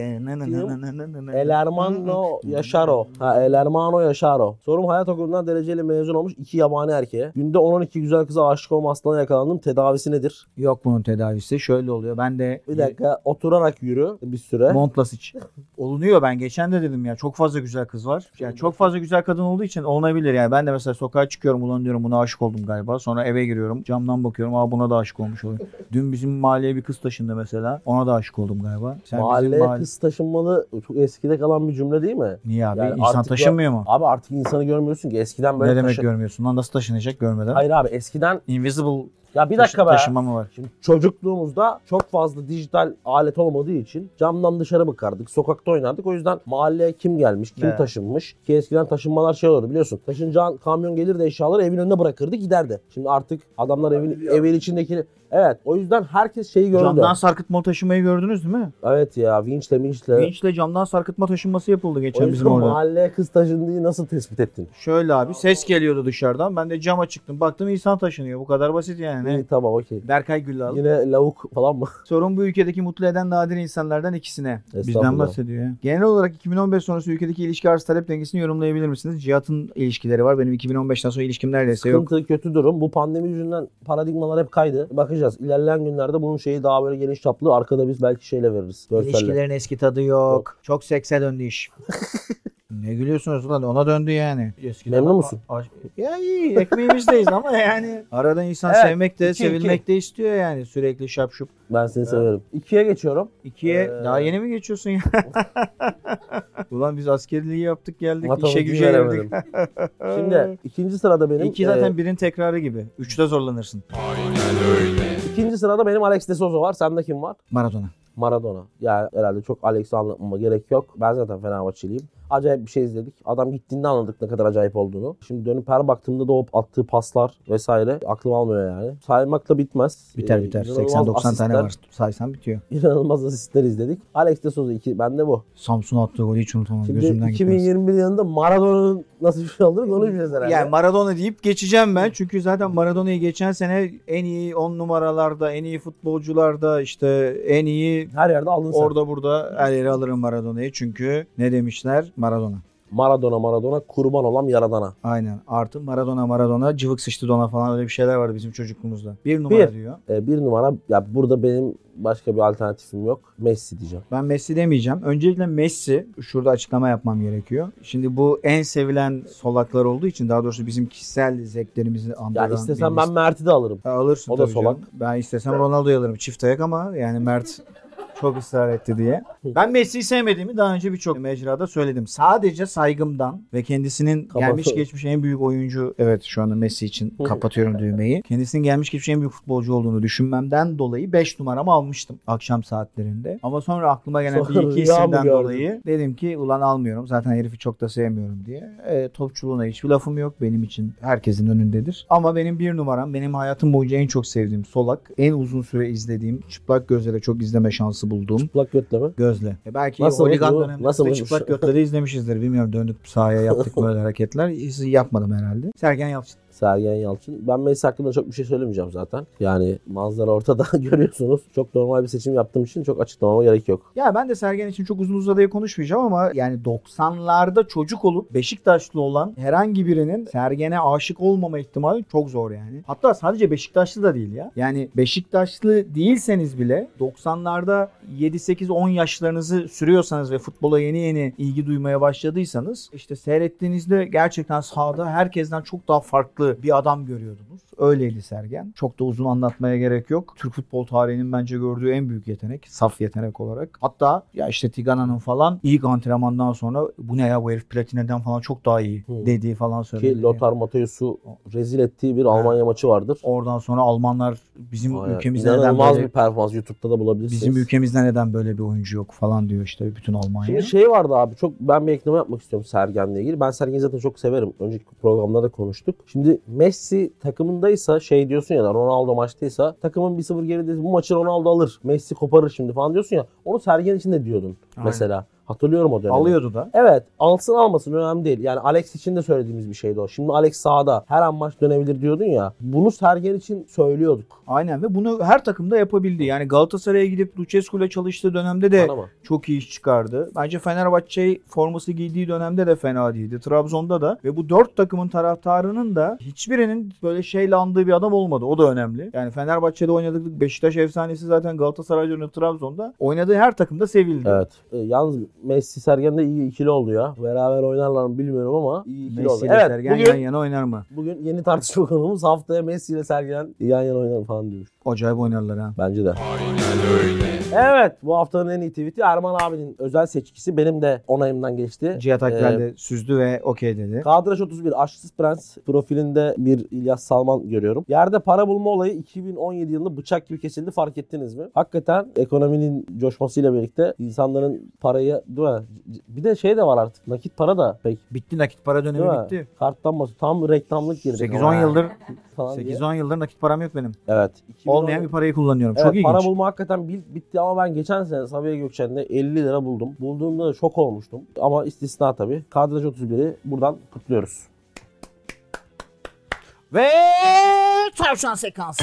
El Hermano Yaşaro. El Hermano Yaşaro. Sorum hayat okulundan dereceyle mezun olmuş 2 yabani erkeğe. Günde 10-12 güzel kıza aşık olma hastalığına yakalandım. Tedavisi nedir? Yok bunun tedavisi. Şöyle oluyor. Ben de Bir dakika oturarak yürü bir süre. Montlasiç. Olunuyor ben geçen de dedim ya çok fazla güzel kız var. Yani çok fazla güzel kadın olduğu için olunabilir yani. Ben de mesela sokağa çıkıyorum ulan diyorum buna aşık oldum galiba. Sonra eve giriyorum camdan bakıyorum buna da aşık olmuş oluyorum. Dün bizim mahalleye bir kız taşındı mesela. Ona da aşık oldum galiba. Sen bizim Mahalleye kız taşınmalı çok eskide kalan bir cümle değil mi? Niye abi? Yani İnsan artık taşınmıyor mu? Abi artık insanı görmüyorsun ki eskiden böyle Ne demek görmüyorsun lan nasıl taşınacak görmeden? Hayır abi eskiden Invisible ya bir dakika be. taşınma mı var? Şimdi çocukluğumuzda çok fazla dijital alet olmadığı için camdan dışarı bakardık, sokakta oynardık. O yüzden mahalleye kim gelmiş, kim Evet. taşınmış ki eskiden taşınmalar şey olurdu biliyorsun. Taşınacağın kamyon gelir de eşyaları evin önüne bırakırdı giderdi. Şimdi artık adamlar evin içindeki evet o yüzden herkes şeyi gördü. Camdan sarkıtma taşımayı gördünüz değil mi? Evet ya vinçle. Vinçle camdan sarkıtma taşınması yapıldı O geçen bizim yüzden orada. mahalleye kız taşındığı nasıl tespit ettin? Şöyle abi ses geliyordu dışarıdan. Ben de cama çıktım. Baktım insan taşınıyor. Bu kadar basit yani. İyi tamam okey. Berkay Güllal. Yine lavuk falan mı? Sorun bu ülkedeki mutlu eden nadir insanlardan ikisine. Bizden Estağfurullah. bahsediyor ya. Genel olarak 2015 sonrası ülkedeki ilişki arz talep dengesini yorumlayabilir misiniz? Cihat'ın ilişkileri var. Benim 2015'ten sonra ilişkim neredeyse yok. Sıkıntı kötü durum. Bu pandemi yüzünden paradigmalar hep kaydı. Bakacağız. İlerleyen günlerde bunun şeyi daha böyle geniş çaplı. Arkada biz belki şeyle veririz. Görselle. İlişkilerin eski tadı yok. Çok sekse döndü iş. Ne gülüyorsunuz lan ona döndü yani. Eskiden Memnun musun? Ya iyi ekmeğimizdeyiz ama yani. Arada insan Evet, sevmek de iki. sevilmek de istiyor yani sürekli şapşup. Ben seni severim. 2'ye geçiyorum. İkiye daha yeni mi geçiyorsun ya? Ulan biz askerliği yaptık geldik işe Matematiği güce veremedim. geldik. Şimdi ikinci sırada benim. İki zaten birin tekrarı gibi. Üçte zorlanırsın. Aynen öyle. İkinci sırada benim Alex de Souza var. Sende kim var? Maradona. Maradona. Yani herhalde çok Alex'i anlatmama gerek yok. Ben zaten Fenerbahçeliyim. Acayip bir şey izledik. Adam gittiğinde anladık ne kadar acayip olduğunu. Şimdi dönüp her baktığımda da o attığı paslar vesaire aklım almıyor yani. Saymakla bitmez. Biter. İnanılmaz 80-90 tane asistler, var. Saysan bitiyor. İnanılmaz asistler izledik. Alex de Souza 2. Bende bu. Samsun attığı golü hiç unutamam. Şimdi Gözümden gitmez. 2021 yılında Maradona'nın nasıl bir şey olduğunu konuşacağız herhalde. Yani Maradona deyip geçeceğim ben. Çünkü zaten Maradona'yı geçen sene en iyi 10 numaralarda, en iyi futbolcularda işte en iyi her yerde aldın sen. orada burada her yere alırım Maradona'yı. Çünkü ne demişler? Maradona. Maradona kurban olan yaradana. Aynen. Artı Maradona cıvık sıçtı dona falan öyle bir şeyler vardı bizim çocukluğumuzda. Bir numara diyor. Bir numara ya burada benim başka bir alternatifim yok. Messi diyeceğim. Ben Messi demeyeceğim. Öncelikle Messi. Şurada açıklama yapmam gerekiyor. Şimdi bu en sevilen solaklar olduğu için daha doğrusu bizim kişisel zevklerimizi andıran. Ya istesem bir ben liste. Mert'i de alırım. Alırsın O da tabii solak. canım. Ben istesem Ronaldo'yu alırım. Çift ayak ama yani Mert çok ısrar etti diye. Ben Messi'yi sevmediğimi daha önce birçok mecrada söyledim. Sadece saygımdan ve kendisinin gelmiş geçmiş en büyük oyuncu, evet şu anda Messi için kapatıyorum düğmeyi. Kendisinin gelmiş geçmiş en büyük futbolcu olduğunu düşünmemden dolayı 5 numaramı almıştım akşam saatlerinde. Ama sonra aklıma gelen bir iki isimden dolayı dedim ki ulan almıyorum. Zaten herifi çok da sevmiyorum diye. Topçuluğuna hiçbir lafım yok. Benim için herkesin önündedir. Ama benim bir numaram, benim hayatım boyunca en çok sevdiğim solak. En uzun süre izlediğim, çıplak gözle de çok izleme şansı bulduğum. Çıplak götle mi? Gözle. Belki Nasıl holigan bu? döneminde Nasıl çıplak götle de izlemişizdir. Bilmiyorum, döndük sahaya yaptık böyle hareketler. Yapmadım herhalde. Sergen Yalçın. Sergen Yalçın. Ben Messi hakkında çok bir şey söylemeyeceğim zaten. Yani manzara ortada görüyorsunuz. Çok normal bir seçim yaptığım için çok açıklamama gerek yok. Ya ben de Sergen için çok uzun uzadıya konuşmayacağım ama yani 90'larda çocuk olup Beşiktaşlı olan herhangi birinin Sergen'e aşık olmama ihtimali çok zor yani. Hatta sadece Beşiktaşlı da değil ya. Yani Beşiktaşlı değilseniz bile 90'larda 7-8-10 yaşlarınızı sürüyorsanız ve futbola yeni yeni ilgi duymaya başladıysanız işte seyrettiğinizde gerçekten sahada herkesten çok daha farklı bir adam görüyordunuz. Öyleydi Sergen. Çok da uzun anlatmaya gerek yok. Türk futbol tarihinin bence gördüğü en büyük yetenek. Saf yetenek olarak. Hatta ya işte Tigana'nın falan ilk antrenmandan sonra bu ne ya bu herif Platine'den falan çok daha iyi dediği falan söyledi. Ki Lothar Matthäus'u rezil ettiği bir Almanya maçı vardır. Oradan sonra Almanlar bizim ülkemizde neden İnanılmaz böyle bir performans, YouTube'da da bulabilirsiniz. bizim ülkemizde neden böyle bir oyuncu yok falan diyor işte bütün Almanya. Şimdi şey vardı abi, çok ben bir ekleme yapmak istiyorum Sergen'le ilgili. Ben Sergen'i zaten çok severim. Önceki programlarda konuştuk. Şimdi Messi takımındaysa şey diyorsun ya da Ronaldo maçtaysa takımın 1-0 geride bu maçı Ronaldo alır. Messi koparır şimdi falan diyorsun ya. Onu Sergen için de diyordun mesela. Hatırlıyorum o dönemi. Alıyordu da. Evet. Alsın almasın önemli değil. Yani Alex için de söylediğimiz bir şeydi o. Şimdi Alex sahada. Her an maç dönebilir diyordun ya. Bunu Sergen için söylüyorduk. Aynen ve bunu her takımda yapabildi. Yani Galatasaray'a gidip Lucescu ile çalıştığı dönemde de çok iyi iş çıkardı. Bence Fenerbahçe forması giydiği dönemde de fena değildi. Trabzon'da da ve bu 4 takımın taraftarının da hiçbirinin böyle şeyle andığı bir adam olmadı. O da önemli. Yani Fenerbahçe'de oynadık. Beşiktaş efsanesi zaten Galatasaray'da Trabzon'da. Oynadığı her takımda sevildi. Evet. Yalnız Messi Sergen de iyi ikili oldu ya. Beraber oynarlar mı bilmiyorum ama iyi ikili oldu. Messi ile Sergen bugün, yan yana oynar mı? Bugün yeni tartışma konumuz haftaya Messi ile Sergen yan yana oynar mı falan diyormuş. Acayip oynarlar ha. Bence de. Aynen öyle. Evet, bu haftanın en iyi tweet'i Erman abinin özel seçkisi. Benim de onayımdan geçti. Cihat Akbel de süzdü ve okey dedi. Kadraj 31 Aşksız Prens profilinde bir İlyas Salman görüyorum. Yerde para bulma olayı 2017 yılında bıçak gibi kesildi, fark ettiniz mi? Hakikaten ekonominin coşmasıyla birlikte insanların parayı, değil mi? Bir de şey de var artık, nakit para da pek. Bitti, nakit para dönemi bitti. Karttan basıyor. Tam reklamlık girdi. 8-10 yıldır 8-10 yıldır nakit param yok benim. Evet. Olmayan bir parayı kullanıyorum. Evet, çok ilginç. Para bulma hakikaten bitti ama ben geçen sene Sabiha Gökçen'de 50 lira buldum. Bulduğumda da şok olmuştum. Ama istisna tabii. Kadraj 31'i buradan kutluyoruz. Ve tavşan sekansı.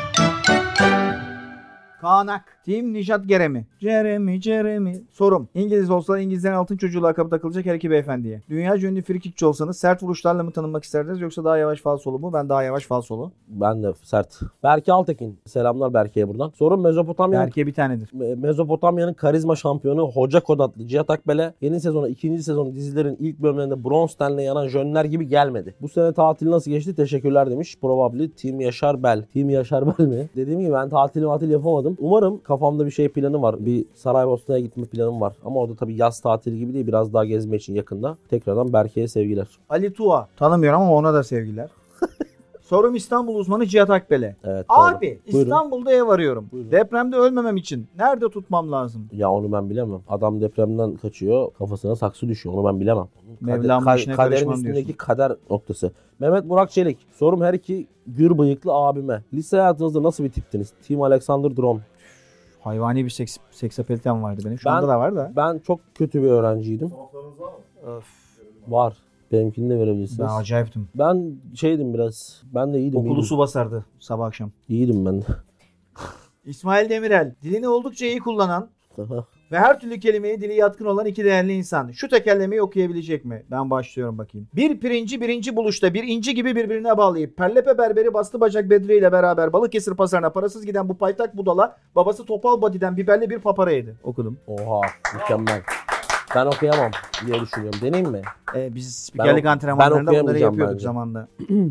Kanak. Team Nijat Geremi. Jeremy. Sorum. İngiliz olsa İngilizlerin altın çocuğu lakabı takılacak her iki beyefendiye. Dünya ünlü frikikçi olsanız sert vuruşlarla mı tanınmak isterdiniz yoksa daha yavaş falsolu mu? Ben daha yavaş falsolu. Ben de sert. Berke Altekin. Selamlar Berke'ye buradan. Sorum Mezopotamya'nın... Berke bir tanedir. Mezopotamya'nın karizma şampiyonu Hoca Kodatlı Cihat Akbel'e yeni sezonu, ikinci sezonu dizilerin ilk bölümlerinde bronz tenle yanan jönler gibi gelmedi. Bu sene tatil nasıl geçti? Teşekkürler demiş. Probably Team Yaşar Bel. Team Yaşar Bel mi? Dediğim gibi ben tatil yapamadım. Umarım kafamda bir şey planı var. Bir Saraybosna'ya gitme planım var. Ama orada tabii yaz tatili gibi değil. Biraz daha gezme için yakında. Tekrardan Berke'ye sevgiler. Ali Tua. Tanımıyorum ama ona da sevgiler. Sorum İstanbul uzmanı Cihat Akbel'e. Evet, abi doğru. İstanbul'da ev arıyorum. Buyurun. Depremde ölmemem için nerede tutmam lazım? Ya onu ben bilemem. Adam depremden kaçıyor. Kafasına saksı düşüyor. Onu ben bilemem. Mevlam'ın işine kaderin karışmam üstündeki diyorsun. kader noktası. Mehmet Burak Çelik. Sorum her iki gür bıyıklı abime. Lise hayatınızda nasıl bir tiptiniz? Team Alexander Dron. Hayvani bir seksapelitem vardı benim. Şu anda da var da. Ben çok kötü bir öğrenciydim. Öf. Var. Benimkini de verebilirsiniz. Ben acayiptim. Ben şeydim biraz. Ben de iyiydim. Okulu su basardı sabah akşam. İyiydim ben de. İsmail Demirel. Dilini oldukça iyi kullanan ve her türlü kelimeye dili yatkın olan iki değerli insan. Şu tekerlemeyi okuyabilecek mi? Ben başlıyorum bakayım. Bir pirinci birinci buluşta bir inci gibi birbirine bağlayıp Perlepe berberi bastı bacak Bedri ile beraber Balıkesir pazarına parasız giden bu paytak budala babası Topal Body'den biberli bir papara yedi. Okudum. Oha, mükemmel. Ben okuyamam diye düşünüyorum. Deneyim mi? Biz spikerlik antrenmanlarında bunları yapıyorduk zamanında.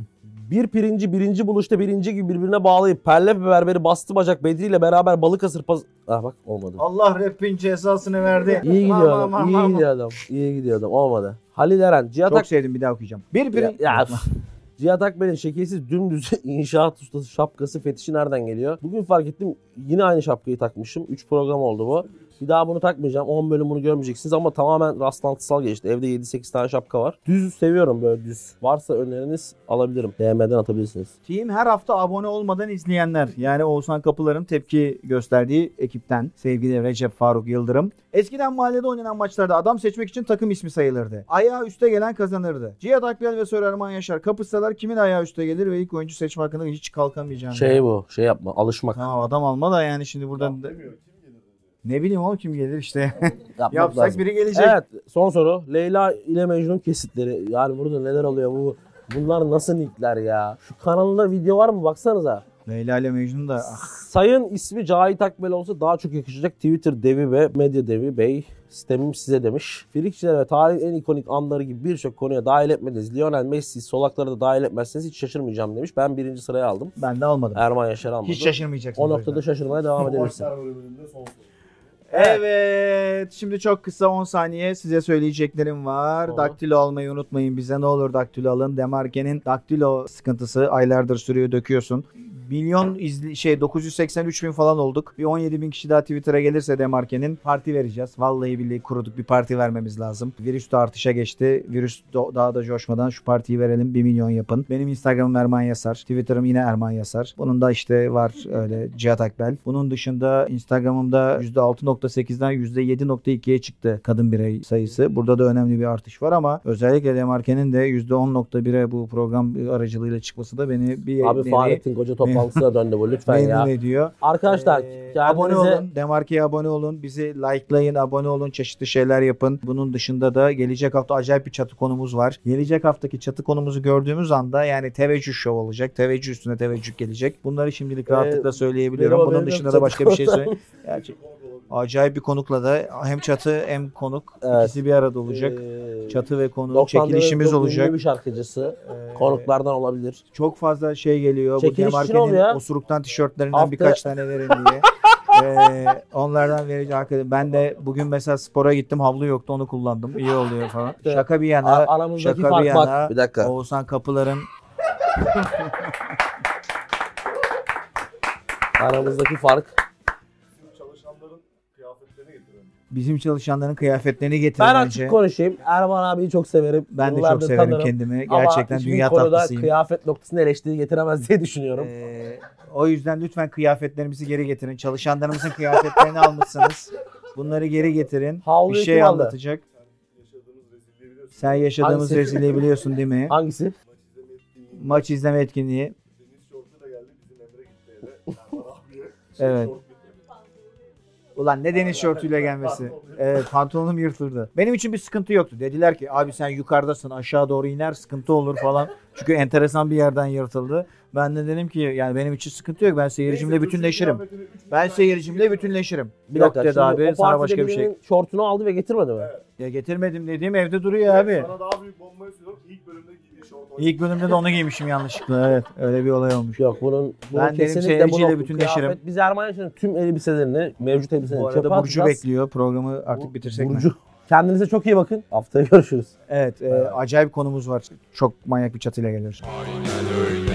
Bir pirinci birinci buluşta birinci gibi birbirine bağlayıp Perle ve Berber'i bastı bacak Bedri ile beraber Balıkesir Ah bak olmadı. Allah rap'in cezasını verdi. İyi gidiyor adam. İyi gidiyor adam. İyi gidiyor adam. Olmadı. Halil Eren. Cihat Çok sevdim, bir daha okuyacağım. Cihat Akbel'in şekilsiz dümdüz inşaat ustası şapkası fetişi nereden geliyor? Bugün fark ettim yine aynı şapkayı takmışım. 3 program oldu bu. Bir daha bunu takmayacağım. 10 bölüm bunu görmeyeceksiniz ama tamamen rastlantısal geçti. Evde 7-8 tane şapka var. Düz seviyorum böyle düz. Varsa öneriniz alabilirim. DM'den atabilirsiniz. Team her hafta abone olmadan izleyenler. Yani Oğuzhan Kapılar'ın tepki gösterdiği ekipten sevgili Recep Faruk Yıldırım. Eskiden mahallede oynanan maçlarda adam seçmek için takım ismi sayılırdı. Ayağı üste gelen kazanırdı. Cihat Akbel ve Sör Erman Yaşar kapışsalar kimin ayağı üste gelir ve ilk oyuncu seçme hakkında hiç kalkamayacağını. Bu. Şey yapma. Alışmak. Ha, adam alma da yani şimdi buradan... Ne bileyim oğlum kim gelir işte. Yapsak lazım. biri gelecek. Evet. Son soru. Leyla ile Mecnun kesitleri. Yani burada neler oluyor? Bunlar nasıl nickler ya? Şu kanalında video var mı? Baksanıza. Leyla ile Mecnun da... Sayın ismi Cahit Akbel olsa daha çok yakışacak. Twitter devi ve medya devi bey. Sistemim size demiş. Frikçiler ve tarihin en ikonik anları gibi birçok konuya dahil etmediniz. Lionel Messi solaklara da dahil etmezseniz hiç şaşırmayacağım demiş. Ben 1. sıraya aldım. Ben de almadım. Erman Yaşar almadı. Hiç şaşırmayacaksın. O noktada şaşırmaya devam edebilirsin. Evet. Şimdi çok kısa 10 saniye size söyleyeceklerim var. Olur. Daktilo almayı unutmayın bize. Ne olur daktilo alın. Demarke'nin daktilo sıkıntısı aylardır sürüyor, döküyorsun. 983 bin falan olduk. Bir 17 bin kişi daha Twitter'a gelirse Demarke'nin parti vereceğiz. Vallahi billahi kuruduk, bir parti vermemiz lazım. Virüs de artışa geçti. Virüs daha da coşmadan şu partiyi verelim. 1 milyon yapın. Benim Instagram'ım Erman Yasar. Twitter'ım yine Erman Yasar. Bunun da işte var öyle Cihat Akbel. Bunun dışında Instagram'ımda %6.8'den %7.2'ye çıktı kadın birey sayısı. Burada da önemli bir artış var ama özellikle Demarke'nin de %10.1'e bu program aracılığıyla çıkması da beni bir Abi Fahrettin Koca toplantısına döndü bu lütfen ya. memnun ediyor. Arkadaşlar Abone olun. Demarke'ye abone olun. Bizi likelayın, abone olun. Çeşitli şeyler yapın. Bunun dışında da gelecek hafta acayip bir çatı konumuz var. Gelecek haftaki çatı konumuzu gördüğümüz anda yani teveccüh şov olacak. Teveccüh üstüne teveccüh gelecek. Bunları şimdilik rahatlıkla söyleyebiliyorum. Bunun dışında da başka bir şey söyleyeyim. Acayip bir konukla da hem çatı hem konuk ikisi bir arada olacak. Çatı ve konuk çekilişimiz olacak. Ünlü bir şarkıcısı. Konuklardan olabilir. Çok fazla şey geliyor. Çekiliş Bu Demarke'nin osuruktan tişörtlerinden birkaç tane verin diye. Onlardan vereceğim arkadaşlar. Ben de bugün mesela spora gittim, havlu yoktu, onu kullandım. İyi oluyor falan. Şaka bir yana. Aramızdaki fark bak. Bir dakika. Oğuzhan Kapılar'ın aramızdaki fark. bizim çalışanların kıyafetlerini getirin Ben önce. açık konuşayım. Erman abiyi çok severim. Ben de Yıllardır çok severim tanırım. kendimi. Gerçekten ama dünya konuda tatlısıyım. kıyafet noktasında eleştiri getiremez diye düşünüyorum. O yüzden lütfen kıyafetlerimizi geri getirin. Çalışanlarımızın kıyafetlerini almışsınız. Bunları geri getirin. Havluyu bir şey kim aldı? anlatacak. Sen yaşadığımız Hangisi? rezilliği biliyorsun değil mi? Hangisi? Maç izleme etkinliği. Evet. Ulan ne deniz şortuyla gelmesi. Evet, pantolonum yırtıldı. Benim için bir sıkıntı yoktu. Dediler ki abi sen yukarıdasın, aşağı doğru iner sıkıntı olur falan. Çünkü enteresan bir yerden yırtıldı. Ben de dedim ki yani benim için sıkıntı yok. Ben seyircimle bütünleşirim. Ben seyircimle bütünleşirim. Bir Yok dakika. dedi abi O sana partide başka bir şey. birinin şortunu aldı ve getirmedi mi? Ya getirmedim dediğim evde duruyor abi. Sana daha büyük bombayı söylüyorum. İlk bölümde giydiği şort. İlk bölümde de onu giymişim yanlışlıkla. Evet, öyle bir olay olmuş. Yok bunun Ben dedim kesinlikle seyirciyle bu bütünleşirim. kıyafet, biz Erman Yaşar'ın tüm elbiselerini, mevcut elbiselerini Bu çöpe arada Burcu atacağız. bekliyor. Programı artık bitirsek mi? Burcu. Kendinize çok iyi bakın. Haftaya görüşürüz. Evet, acayip konumuz var. Çok manyak bir çatıyla geliyoruz. Aynen öyle.